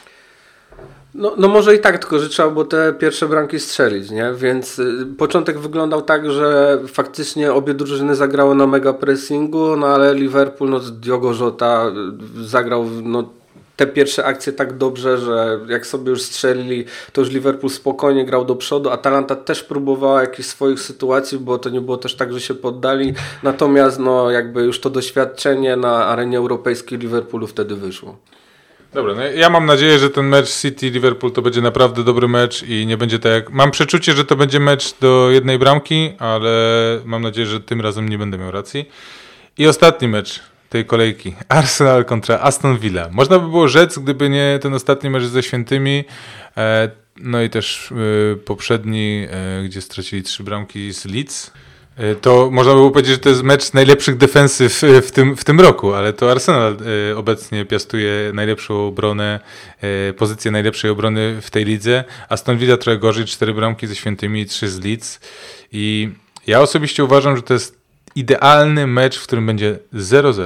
No może i tak, tylko że trzeba było te pierwsze bramki strzelić, nie? Więc początek wyglądał tak, że faktycznie obie drużyny zagrały na mega pressingu, no ale Liverpool, Diogo Jota zagrał, te pierwsze akcje tak dobrze, że jak sobie już strzelili, to już Liverpool spokojnie grał do przodu. Atalanta też próbowała jakichś swoich sytuacji, bo to nie było też tak, że się poddali. Natomiast jakby już to doświadczenie na arenie europejskiej Liverpoolu wtedy wyszło. Dobra, ja mam nadzieję, że ten mecz City-Liverpool to będzie naprawdę dobry mecz i nie będzie tak jak... Mam przeczucie, że to będzie mecz do 1 bramki, ale mam nadzieję, że tym razem nie będę miał racji. I ostatni mecz tej kolejki. Arsenal kontra Aston Villa. Można by było rzec, gdyby nie ten ostatni mecz ze Świętymi, no i też poprzedni, gdzie stracili 3 bramki z Leeds. To można by było powiedzieć, że to jest mecz najlepszych defensyw w tym roku, ale to Arsenal obecnie piastuje najlepszą obronę, pozycję najlepszej obrony w tej lidze. Aston Villa trochę gorzej, 4 bramki ze Świętymi i 3 z Leeds. I ja osobiście uważam, że to jest idealny mecz, w którym będzie 0-0.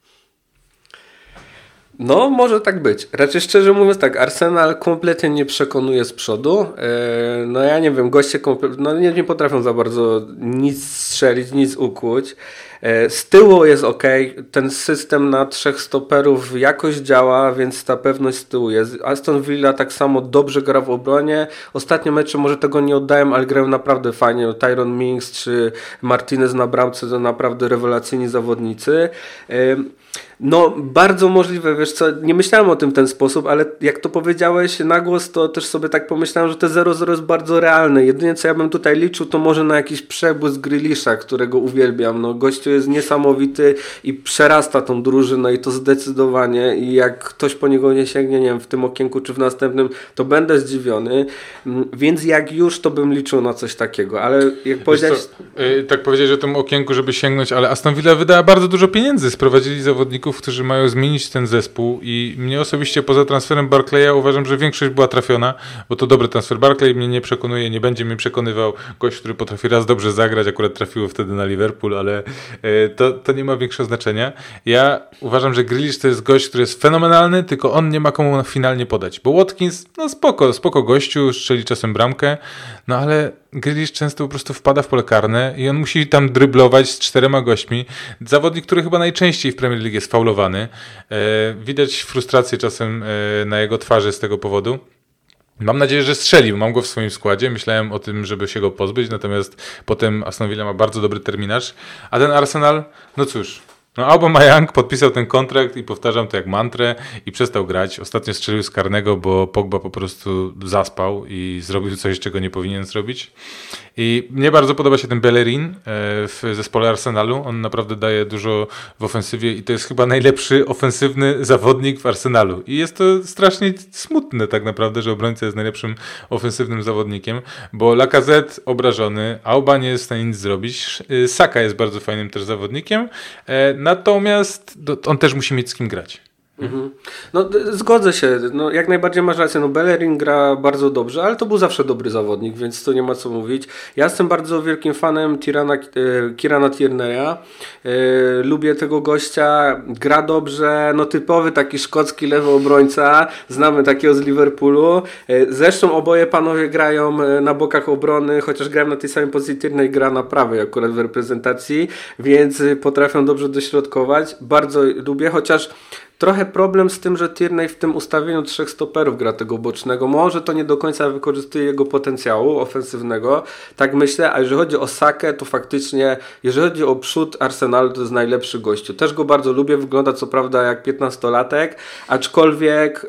No, może tak być. Raczej szczerze mówiąc tak, Arsenal kompletnie nie przekonuje z przodu. Ja nie wiem, goście nie potrafią za bardzo nic strzelić, nic ukuć. Z tyłu jest ok, ten system na 3 stoperów jakoś działa, więc ta pewność z tyłu jest. Aston Villa tak samo dobrze gra w obronie. Ostatnie mecze może tego nie oddają, ale grają naprawdę fajnie. Tyrone Mings czy Martinez na bramce to naprawdę rewelacyjni zawodnicy. Bardzo możliwe, wiesz co, nie myślałem o tym w ten sposób, ale jak to powiedziałeś na głos, to też sobie tak pomyślałem, że te 0-0 jest bardzo realne. Jedynie co ja bym tutaj liczył, to może na jakiś przebłysk Grealisha, którego uwielbiam. Gościu jest niesamowity i przerasta tą drużynę i to zdecydowanie i jak ktoś po niego nie sięgnie, nie wiem, w tym okienku czy w następnym, to będę zdziwiony. Więc jak już, to bym liczył na coś takiego, ale jak powiedziałeś... Tak powiedziałeś o tym okienku, żeby sięgnąć, ale Aston Villa wydała bardzo dużo pieniędzy, sprowadzili zawodników, którzy mają zmienić ten zespół i mnie osobiście poza transferem Barclaya uważam, że większość była trafiona, bo to dobry transfer. Barclay mnie nie przekonuje, nie będzie mnie przekonywał. Gość, który potrafi raz dobrze zagrać, akurat trafiło wtedy na Liverpool, ale to nie ma większego znaczenia. Ja uważam, że Grealish to jest gość, który jest fenomenalny, tylko on nie ma komu finalnie podać, bo Watkins, spoko gościu, strzeli czasem bramkę, ale Grealish często po prostu wpada w pole karne i on musi tam dryblować z 4 gośćmi. Zawodnik, który chyba najczęściej w Premier League jest faulowany. Widać frustrację czasem na jego twarzy z tego powodu. Mam nadzieję, że strzelił. Mam go w swoim składzie. Myślałem o tym, żeby się go pozbyć, natomiast potem Aston Villa ma bardzo dobry terminarz. A ten Arsenal, no cóż... Aubameyang podpisał ten kontrakt i powtarzam to jak mantrę i przestał grać. Ostatnio strzelił z karnego, bo Pogba po prostu zaspał i zrobił coś, czego nie powinien zrobić. I mnie bardzo podoba się ten Bellerin w zespole Arsenalu. On naprawdę daje dużo w ofensywie i to jest chyba najlepszy ofensywny zawodnik w Arsenalu. I jest to strasznie smutne tak naprawdę, że obrońca jest najlepszym ofensywnym zawodnikiem, bo Lacazette obrażony, Auba nie jest w stanie nic zrobić, Saka jest bardzo fajnym też zawodnikiem, natomiast on też musi mieć z kim grać. Zgodzę się, jak najbardziej masz rację, Bellerin gra bardzo dobrze, ale to był zawsze dobry zawodnik, więc to nie ma co mówić. Ja jestem bardzo wielkim fanem Kierana Tierneya, lubię tego gościa, gra dobrze, typowy taki szkocki lewy obrońca, znamy takiego z Liverpoolu, zresztą oboje panowie grają na bokach obrony, chociaż grają na tej samej pozycji, Tierney gra na prawej akurat w reprezentacji, więc potrafią dobrze dośrodkować, bardzo lubię, chociaż trochę problem z tym, że Tierney w tym ustawieniu 3 stoperów gra tego bocznego. Może to nie do końca wykorzystuje jego potencjału ofensywnego, tak myślę, a jeżeli chodzi o Sakę, to faktycznie, jeżeli chodzi o przód Arsenalu, to jest najlepszy gościu. Też go bardzo lubię, wygląda co prawda jak 15-latek, aczkolwiek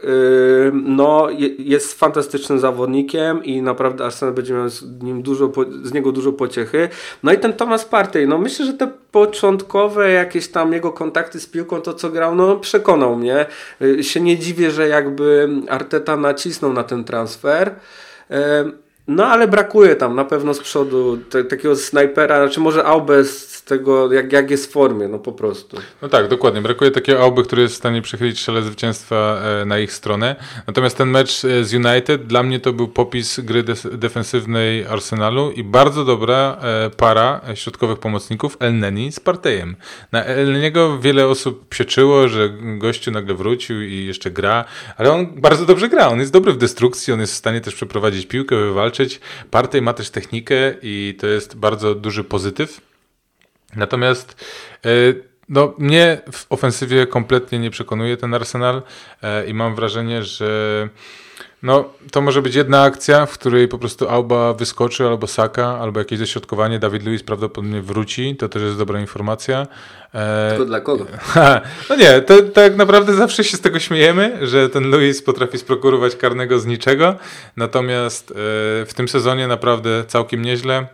jest fantastycznym zawodnikiem i naprawdę Arsenal będzie miał z niego dużo pociechy. No i ten Thomas Partey, myślę, że te początkowe jakieś tam jego kontakty z piłką, to co grał, przekonał mnie. Się nie dziwię, że jakby Arteta nacisnął na ten transfer. Ale brakuje tam na pewno z przodu takiego snajpera, znaczy może Aubę z tego, jak jest w formie, po prostu. No tak, dokładnie. Brakuje takiego Auby, który jest w stanie przechylić szale zwycięstwa na ich stronę. Natomiast ten mecz z United dla mnie to był popis gry defensywnej Arsenalu i bardzo dobra para środkowych pomocników Elneny z Parteyem. Na Elneniego wiele osób pieczyło, że gościu nagle wrócił i jeszcze gra, ale on bardzo dobrze gra. On jest dobry w destrukcji, on jest w stanie też przeprowadzić piłkę, wywalczyć. Partey ma też technikę i to jest bardzo duży pozytyw. Natomiast mnie w ofensywie kompletnie nie przekonuje ten Arsenal i mam wrażenie, że to może być jedna akcja, w której po prostu Auba wyskoczy, albo Saka, albo jakieś dośrodkowanie. Dawid Luiz prawdopodobnie wróci, to też jest dobra informacja. Tylko dla kogo? To tak naprawdę zawsze się z tego śmiejemy, że ten Luiz potrafi sprokurować karnego z niczego, natomiast w tym sezonie naprawdę całkiem nieźle.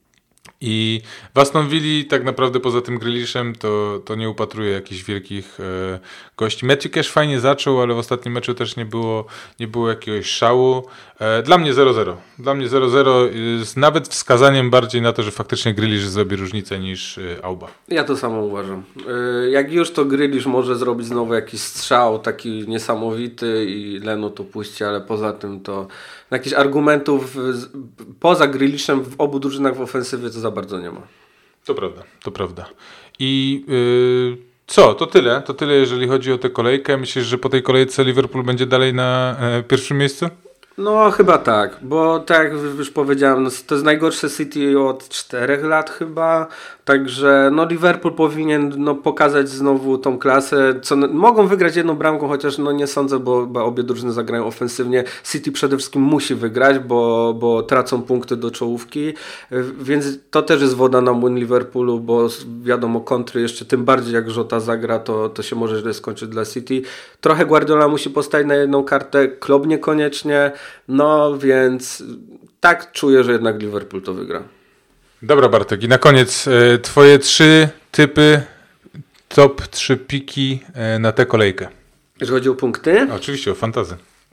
I w Aston Villa tak naprawdę poza tym Grealishem to nie upatruję jakichś wielkich gości. Matthew Cash fajnie zaczął, ale w ostatnim meczu też nie było jakiegoś szału. Dla mnie 0-0. Dla mnie 0-0 z nawet wskazaniem bardziej na to, że faktycznie Grealish zrobi różnicę niż Auba. Ja to samo uważam. Jak już to Grealish może zrobić znowu jakiś strzał taki niesamowity i Leno to puści, ale poza tym to jakichś argumentów poza Grealishem w obu drużynach w ofensywie to za bardzo nie ma. To prawda. I co? To tyle. To tyle, jeżeli chodzi o tę kolejkę. Myślisz, że po tej kolejce Liverpool będzie dalej na pierwszym miejscu? Chyba tak, bo tak jak już powiedziałem, to jest najgorsze City od 4 lat chyba, także Liverpool powinien pokazać znowu tą klasę, mogą wygrać jedną bramką, chociaż nie sądzę, bo obie drużyny zagrają ofensywnie. City przede wszystkim musi wygrać, bo tracą punkty do czołówki, więc to też jest woda na młyn Liverpoolu, bo wiadomo, kontry jeszcze tym bardziej jak Jota zagra, to się może źle skończyć dla City. Trochę Guardiola musi postawić na jedną kartę, Klopp niekoniecznie, więc tak czuję, że jednak Liverpool to wygra. Dobra, Bartek, i na koniec twoje 3 typy, top 3 piki na tę kolejkę. Jeżeli chodzi o punkty? Oczywiście, o fantazy.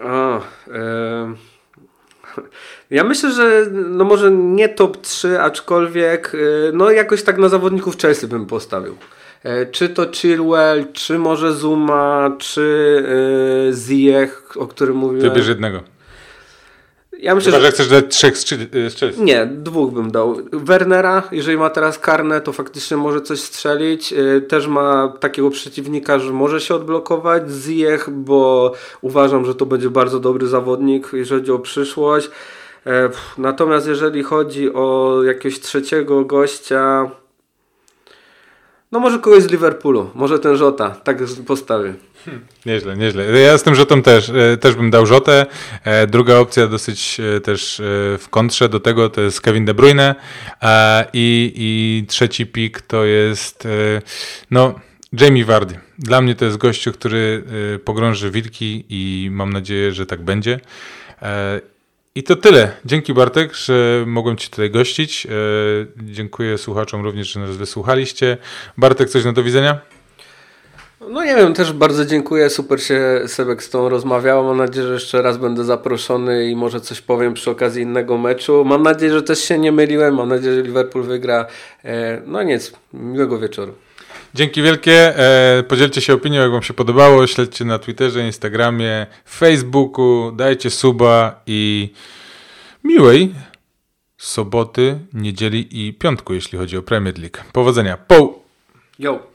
Ja myślę, że może nie top 3, aczkolwiek jakoś tak na zawodników Chelsea bym postawił. Czy to Chilwell, czy może Zuma, czy Ziyech, o którym mówiłem. Ty bierz jednego. Ja myślę, że chcesz dać 3 z Chelsea. Nie, 2 bym dał. Wernera, jeżeli ma teraz karne, to faktycznie może coś strzelić. Też ma takiego przeciwnika, że może się odblokować. Ziyech, bo uważam, że to będzie bardzo dobry zawodnik, jeżeli chodzi o przyszłość. Natomiast jeżeli chodzi o jakiegoś trzeciego gościa, może kogoś z Liverpoolu, może ten Jota, tak postawię. Nieźle. Ja z tym Jotą też bym dał Jotę. Druga opcja dosyć też w kontrze do tego to jest Kevin De Bruyne i trzeci pik to jest Jamie Vardy. Dla mnie to jest gościu, który pogrąży wilki i mam nadzieję, że tak będzie. I to tyle. Dzięki, Bartek, że mogłem Ci tutaj gościć. Dziękuję słuchaczom również, że nas wysłuchaliście. Bartek, coś na do widzenia? Nie wiem, też bardzo dziękuję. Super się Sebek z tą rozmawiało. Mam nadzieję, że jeszcze raz będę zaproszony i może coś powiem przy okazji innego meczu. Mam nadzieję, że też się nie myliłem. Mam nadzieję, że Liverpool wygra. Nic, miłego wieczoru. Dzięki wielkie. Podzielcie się opinią, jak Wam się podobało. Śledźcie na Twitterze, Instagramie, Facebooku. Dajcie suba i miłej soboty, niedzieli i piątku, jeśli chodzi o Premier League. Powodzenia. Po! Yo!